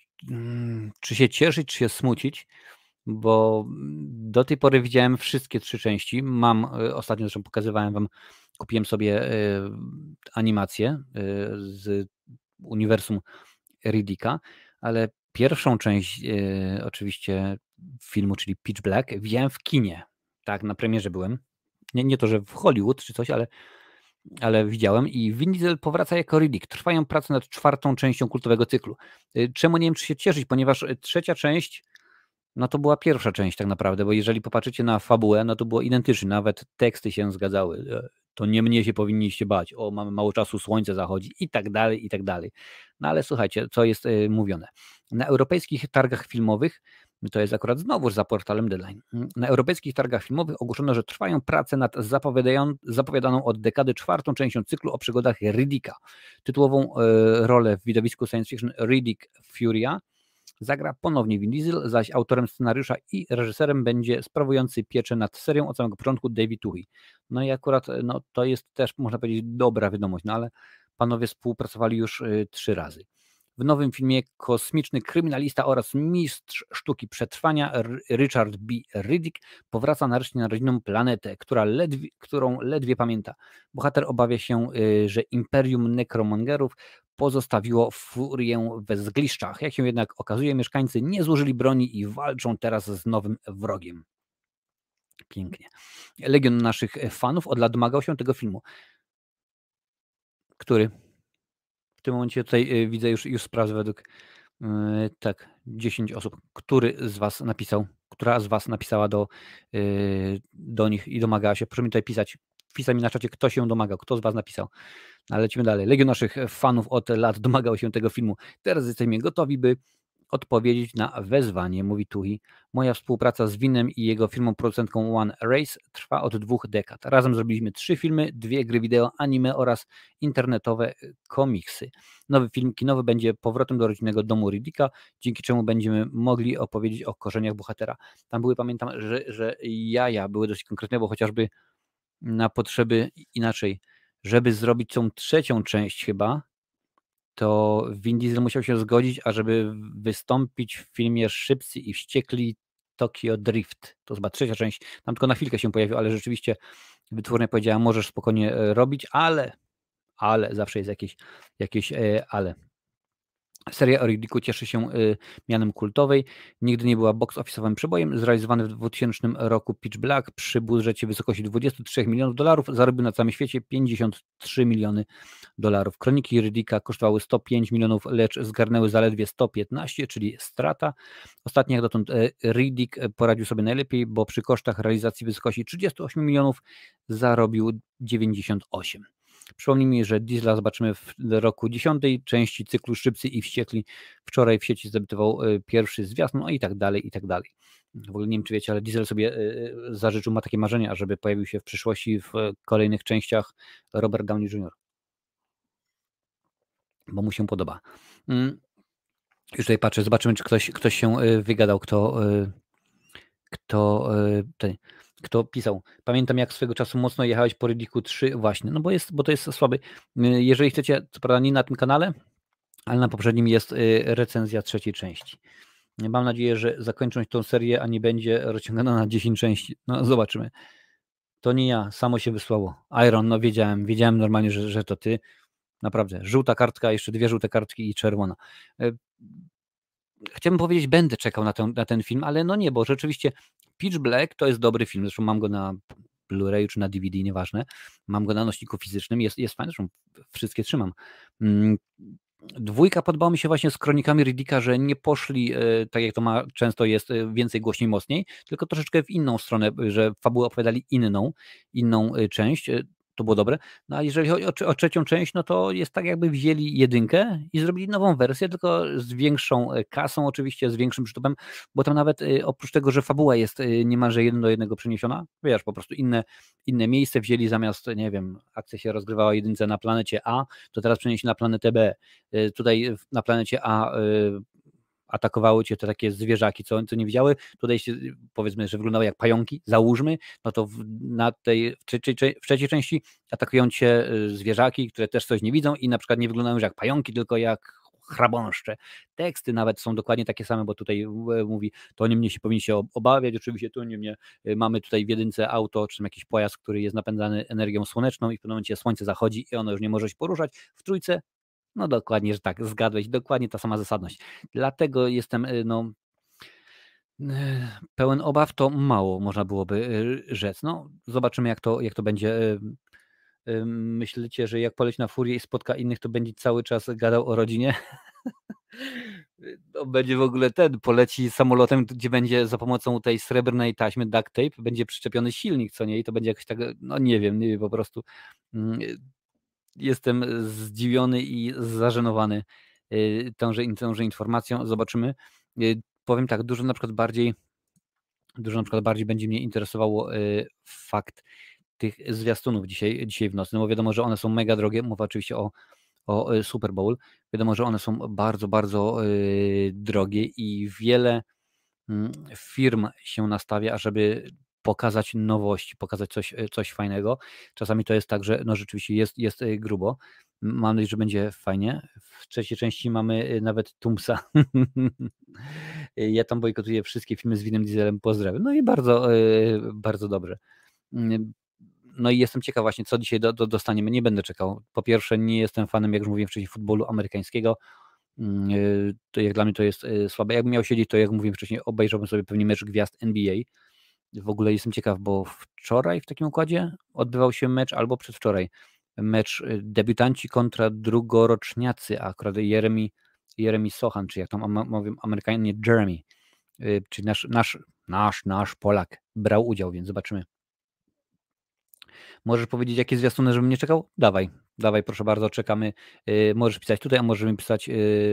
czy się cieszyć, czy się smucić, bo do tej pory widziałem wszystkie 3 części. Mam, ostatnio zresztą pokazywałem wam, kupiłem sobie animację z uniwersum Riddicka, ale pierwszą część oczywiście filmu, czyli Pitch Black, widziałem w kinie. Tak, na premierze byłem. Nie to, że w Hollywood czy coś, ale widziałem i Vin Diesel powraca jako Riddick. Trwają prace nad 4. częścią kultowego cyklu. Czemu nie wiem, czy się cieszyć, ponieważ 3. część, no to była pierwsza część tak naprawdę, bo jeżeli popatrzycie na fabułę, no to było identycznie, nawet teksty się zgadzały. To nie mnie się powinniście bać, o mamy mało czasu, słońce zachodzi i tak dalej, i tak dalej. No ale słuchajcie, co jest mówione. Na europejskich targach filmowych, to jest akurat znowuż za portalem Deadline, na europejskich targach filmowych ogłoszono, że trwają prace nad zapowiadaną od dekady 4. częścią cyklu o przygodach Riddicka. Tytułową rolę w widowisku science fiction Riddick Furia zagra ponownie Vin Diesel, zaś autorem scenariusza i reżyserem będzie sprawujący pieczę nad serią od samego początku David Twohy. No i akurat no, to jest też, można powiedzieć, dobra wiadomość, no ale panowie współpracowali już 3 razy. W nowym filmie kosmiczny kryminalista oraz mistrz sztuki przetrwania Richard B. Riddick powraca nareszcie na rodzinną planetę, którą ledwie pamięta. Bohater obawia się, że imperium nekromangerów pozostawiło furię we zgliszczach. Jak się jednak okazuje, mieszkańcy nie złożyli broni i walczą teraz z nowym wrogiem. Pięknie. Legion naszych fanów od lat domagał się tego filmu. Który? W tym momencie tutaj widzę, już sprawdzę według tak, 10 osób. Która z was napisała do nich i domagała się? Proszę mi tutaj pisać. Wpisać mi na czacie, kto się domagał, kto z was napisał. Ale lecimy dalej. Legion naszych fanów od lat domagał się tego filmu. Teraz jesteśmy gotowi, by odpowiedzieć na wezwanie, mówi Twohy. Moja współpraca z Winem i jego firmą producentką One Race trwa od 2 dekad. Razem zrobiliśmy 3 filmy, 2 gry wideo, anime oraz internetowe komiksy. Nowy film kinowy będzie powrotem do rodzinnego domu Riddicka, dzięki czemu będziemy mogli opowiedzieć o korzeniach bohatera. Tam były, pamiętam, że jaja były dość konkretne, bo chociażby na potrzeby inaczej, żeby zrobić tą 3. część chyba, to Vin Diesel musiał się zgodzić, ażeby wystąpić w filmie Szybcy i Wściekli Tokyo Drift. To chyba 3. część. Tam tylko na chwilkę się pojawił, ale rzeczywiście wytwórnia powiedziała, możesz spokojnie robić, ale zawsze jest jakieś ale. Seria o Riddicku cieszy się mianem kultowej. Nigdy nie była box office'owym przebojem. Zrealizowany w 2000 roku Pitch Black przy budżecie w wysokości $23 milionów zarobił na całym świecie $53 miliony. Kroniki Riddicka kosztowały 105 milionów, lecz zgarnęły zaledwie 115, czyli strata. Ostatnio jak dotąd Riddick poradził sobie najlepiej, bo przy kosztach realizacji w wysokości 38 milionów zarobił 98. Przypomnijmy, że Diesla zobaczymy w roku 10. części cyklu Szybcy i Wściekli. Wczoraj w sieci zdebiutował pierwszy zwiastun, no i tak dalej, i tak dalej. W ogóle nie wiem, czy wiecie, ale Diesel sobie zażyczył, ma takie marzenie, ażeby pojawił się w przyszłości w kolejnych częściach Robert Downey Jr. Bo mu się podoba. Już tutaj patrzę, zobaczymy, czy ktoś się wygadał, kto pisał. Pamiętam, jak swego czasu mocno jechałeś po Riddicku 3, właśnie, no bo to jest słaby. Jeżeli chcecie, co prawda nie na tym kanale, ale na poprzednim jest recenzja 3. części. Mam nadzieję, że zakończą tą serię, a nie będzie rozciągana na 10 części. No zobaczymy. To nie ja, samo się wysłało. Iron, no wiedziałem normalnie, że to ty. Naprawdę, żółta kartka, jeszcze 2 żółte kartki i czerwona. Chciałbym powiedzieć, będę czekał na ten film, ale no nie, bo rzeczywiście Pitch Black to jest dobry film, zresztą mam go na Blu-rayu czy na DVD, nieważne, mam go na nośniku fizycznym, jest fajny, zresztą wszystkie trzymam. 2 podobało mi się właśnie z Kronikami Riddicka, że nie poszli, tak jak to często jest, więcej, głośniej, mocniej, tylko troszeczkę w inną stronę, że fabułę opowiadali inną część. To było dobre. No a jeżeli chodzi o 3. część, no to jest tak, jakby wzięli 1 i zrobili nową wersję, tylko z większą kasą oczywiście, z większym przytupem, bo tam nawet oprócz tego, że fabuła jest niemalże 1 do 1 przeniesiona, wiesz, po prostu inne miejsce wzięli, zamiast, nie wiem, akcja się rozgrywała 1 na planecie A, to teraz przenieśli na planetę B. Tutaj na planecie A atakowały cię te takie zwierzaki, co nie widziały, tutaj się, powiedzmy, że wyglądały jak pająki, załóżmy, no to w 3. części atakują cię zwierzaki, które też coś nie widzą i na przykład nie wyglądają już jak pająki, tylko jak chrabąszcze. Teksty nawet są dokładnie takie same, bo tutaj mówi, to nie mnie się powinniście obawiać, oczywiście to nie mnie, mamy tutaj w jedynce auto, czy tam jakiś pojazd, który jest napędzany energią słoneczną i w pewnym momencie słońce zachodzi i ono już nie może się poruszać. W trójce, no dokładnie, że tak, zgadłeś, dokładnie ta sama zasadność. Dlatego jestem, pełen obaw, to mało można byłoby rzec. No, zobaczymy jak to będzie. Myślicie, że jak poleci na furię i spotka innych, to będzie cały czas gadał o rodzinie? To będzie w ogóle poleci samolotem, gdzie będzie za pomocą tej srebrnej taśmy duct tape, będzie przyczepiony silnik, co nie? I to będzie jakoś tak, no nie wiem, po prostu jestem zdziwiony i zażenowany tąże informacją. Zobaczymy. Powiem tak, dużo na przykład bardziej będzie mnie interesowało fakt tych zwiastunów dzisiaj w nocy, no bo wiadomo, że one są mega drogie, mowa oczywiście o Super Bowl, wiadomo, że one są bardzo, bardzo drogie i wiele firm się nastawia, ażeby pokazać nowości, pokazać coś fajnego. Czasami to jest tak, że no rzeczywiście jest grubo. Mam nadzieję, że będzie fajnie. W trzeciej części mamy nawet Tumsa. Ja tam bojkotuję wszystkie filmy z Vinem Dieselem, pozdrawiam. No i bardzo, bardzo dobrze. No i jestem ciekaw właśnie, co dzisiaj dostaniemy. Nie będę czekał. Po pierwsze, nie jestem fanem, jak już mówiłem wcześniej, futbolu amerykańskiego. To jak dla mnie to jest słabe. Jakbym miał siedzieć, to jak mówiłem wcześniej, obejrzałbym sobie pewnie mecz gwiazd NBA. W ogóle jestem ciekaw, bo wczoraj w takim układzie odbywał się mecz, albo przedwczoraj, mecz debiutanci kontra drugoroczniacy, a akurat Jeremy Sochan, czy jak tam mówią Amerykanie, Jeremy, czyli nasz Polak brał udział, więc zobaczymy. Możesz powiedzieć, jakie zwiastuny, żebym nie czekał? Dawaj, proszę bardzo, czekamy. Możesz pisać tutaj, a możesz mi pisać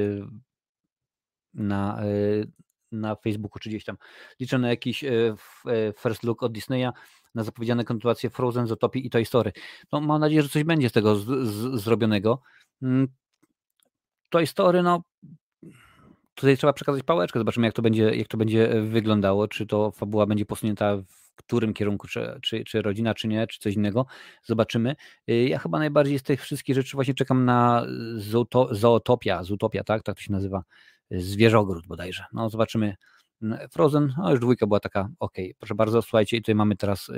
na Facebooku czy gdzieś tam. Liczę na jakiś first look od Disneya, na zapowiedziane kontynuacje Frozen, Zootopii i Toy Story. No, mam nadzieję, że coś będzie z tego zrobionego. Toy Story, no tutaj trzeba przekazać pałeczkę, zobaczymy jak to będzie wyglądało, czy to fabuła będzie posunięta w którym kierunku, czy rodzina, czy nie, czy coś innego. Zobaczymy. Ja chyba najbardziej z tych wszystkich rzeczy właśnie czekam na Zootopia, tak to się nazywa, Zwierzogród bodajże. No zobaczymy. Frozen, no już dwójka była taka proszę bardzo, słuchajcie, i tutaj mamy teraz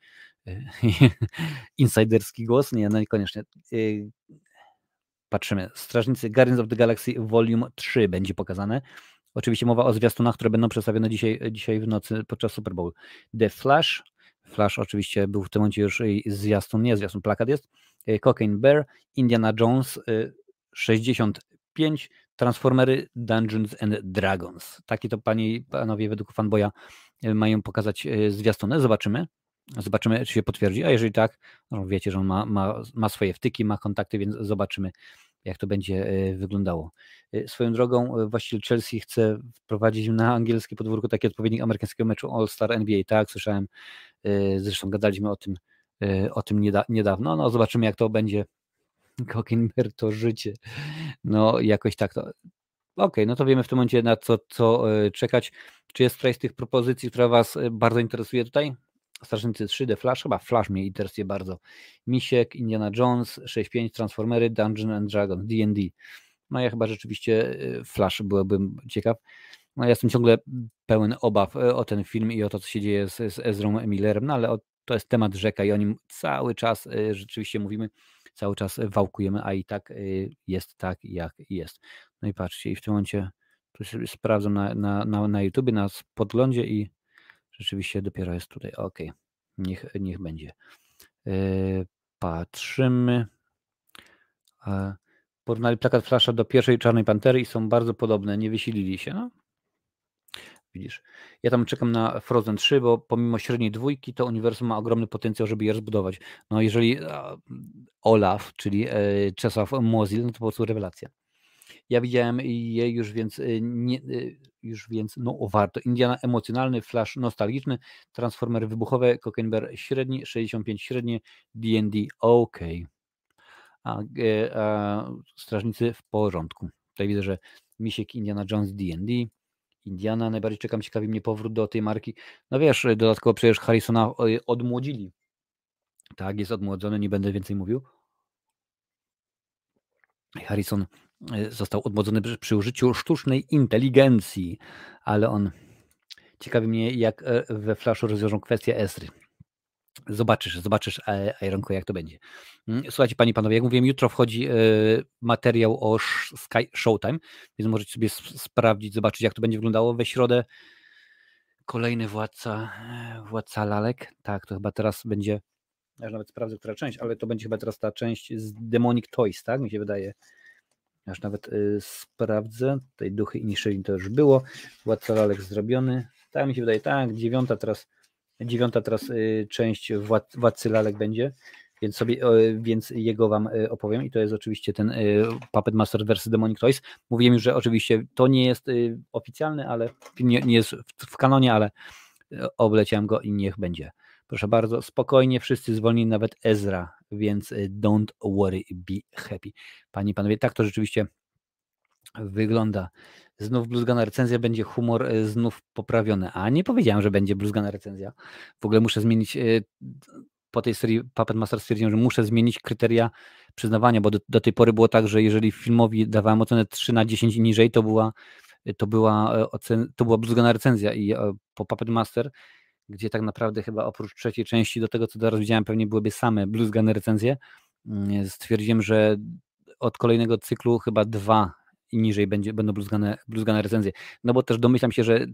insiderski głos, nie, no niekoniecznie. Patrzymy. Strażnicy Guardians of the Galaxy Volume 3 będzie pokazane. Oczywiście mowa o zwiastunach, które będą przedstawione dzisiaj w nocy podczas Super Bowl. The Flash. Flash oczywiście był w tym momencie już zwiastun, plakat jest. Cocaine Bear, Indiana Jones 65, Transformery Dungeons and Dragons. Takie to panowie według fanboya mają pokazać zwiastuny. Zobaczymy, czy się potwierdzi, a jeżeli tak, no wiecie, że on ma swoje wtyki, ma kontakty, więc zobaczymy, jak to będzie wyglądało. Swoją drogą właściciel Chelsea chce wprowadzić na angielskie podwórko taki odpowiednik amerykańskiego meczu All-Star NBA, tak, słyszałem, zresztą gadaliśmy o tym niedawno, no zobaczymy, jak to będzie. Cocaine to życie, no jakoś tak to. Okej, no to wiemy w tym momencie, na co czekać. Czy jest któraś z tych propozycji, która Was bardzo interesuje tutaj? Strażnicy 3, The Flash, chyba Flash mnie interesuje bardzo. Misiek, Indiana Jones, 6.5, Transformery, Dungeons and Dragons, D&D. No ja chyba rzeczywiście Flash byłbym ciekaw. No ja jestem ciągle pełen obaw o ten film i o to, co się dzieje z Ezrą Millerem, no ale to jest temat rzeka i o nim cały czas rzeczywiście mówimy, cały czas wałkujemy, a i tak jest tak, jak jest. No i patrzcie, i w tym momencie tu sobie sprawdzam na YouTubie, na podglądzie i rzeczywiście dopiero jest tutaj. Okej, niech będzie. Patrzymy. Porównali plakat Flasha do pierwszej Czarnej Pantery i są bardzo podobne. Nie wysilili się. No? Widzisz. Ja tam czekam na Frozen 3, bo pomimo średniej dwójki, to uniwersum ma ogromny potencjał, żeby je rozbudować. No jeżeli Olaf, czyli Czesław Mozil, no to po prostu rewelacja. Ja widziałem je już, więc no warto. Indiana emocjonalny, Flash nostalgiczny, Transformery wybuchowe, Cocaine Bear średni, 65 średnie, D&D a Strażnicy w porządku. Tutaj widzę, że Misiek, Indiana Jones, D&D, Indiana, najbardziej czekam, ciekawi mnie powrót do tej marki. No wiesz, dodatkowo przecież Harrisona odmłodzili. Tak, jest odmłodzony, nie będę więcej mówił. Harrison został odmłodzony przy użyciu sztucznej inteligencji, ale on ciekawi mnie, jak we Flashu rozwiążą kwestię Ezry. Zobaczysz, Ironko, jak to będzie. Słuchajcie, panie i panowie, jak mówiłem, jutro wchodzi materiał o Sky Showtime, więc możecie sobie sprawdzić, zobaczyć, jak to będzie wyglądało. We środę kolejny Władca Lalek. Tak, to chyba teraz będzie, ja już nawet sprawdzę, która część, ale to będzie chyba teraz ta część z Demonic Toys, tak? Mi się wydaje. Ja już nawet sprawdzę. Tej Duchy Inisherin to już było. Władca Lalek zrobiony. Tak mi się wydaje, tak. Dziewiąta teraz część Władcy Lalek będzie, więc jego wam opowiem i to jest oczywiście ten Puppet Master vs Demonic Toys. Mówiłem już, że oczywiście to nie jest oficjalny, ale nie jest w kanonie, ale obleciałem go i niech będzie. Proszę bardzo, spokojnie, wszyscy zwolnili, nawet Ezra, więc don't worry, be happy. Panie i panowie, tak to rzeczywiście wygląda. Znów bluzgana recenzja, będzie humor znów poprawiony. A nie powiedziałem, że będzie bluzgana recenzja. W ogóle muszę zmienić, po tej serii Puppet Master stwierdziłem, że muszę zmienić kryteria przyznawania, bo do tej pory było tak, że jeżeli filmowi dawałem ocenę 3/10 i niżej, to była bluzgana recenzja i po Puppet Master, gdzie tak naprawdę chyba oprócz trzeciej części do tego, co teraz widziałem, pewnie byłyby same bluzgane recenzje, stwierdziłem, że od kolejnego cyklu chyba 2 i niżej będą bluzgane recenzje. No bo też domyślam się, że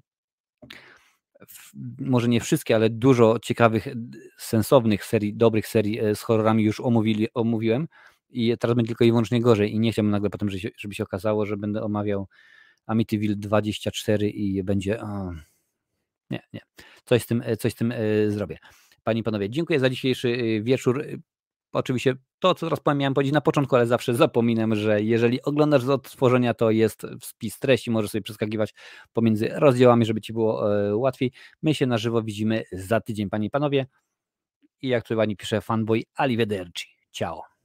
może nie wszystkie, ale dużo ciekawych, sensownych serii, dobrych serii z horrorami już omówiłem i teraz będzie tylko i wyłącznie gorzej i nie chciałbym nagle potem, żeby się okazało, że będę omawiał Amityville 24 i będzie... Nie. Coś z tym zrobię. Panie i panowie, dziękuję za dzisiejszy wieczór. Oczywiście to, co teraz miałem powiedzieć na początku, ale zawsze zapominam, że jeżeli oglądasz z odtworzenia, to jest spis treści, możesz sobie przeskakiwać pomiędzy rozdziałami, żeby ci było łatwiej. My się na żywo widzimy za tydzień, panie i panowie. I jak tu pani pisze, fanboy, arrivederci. Ciao.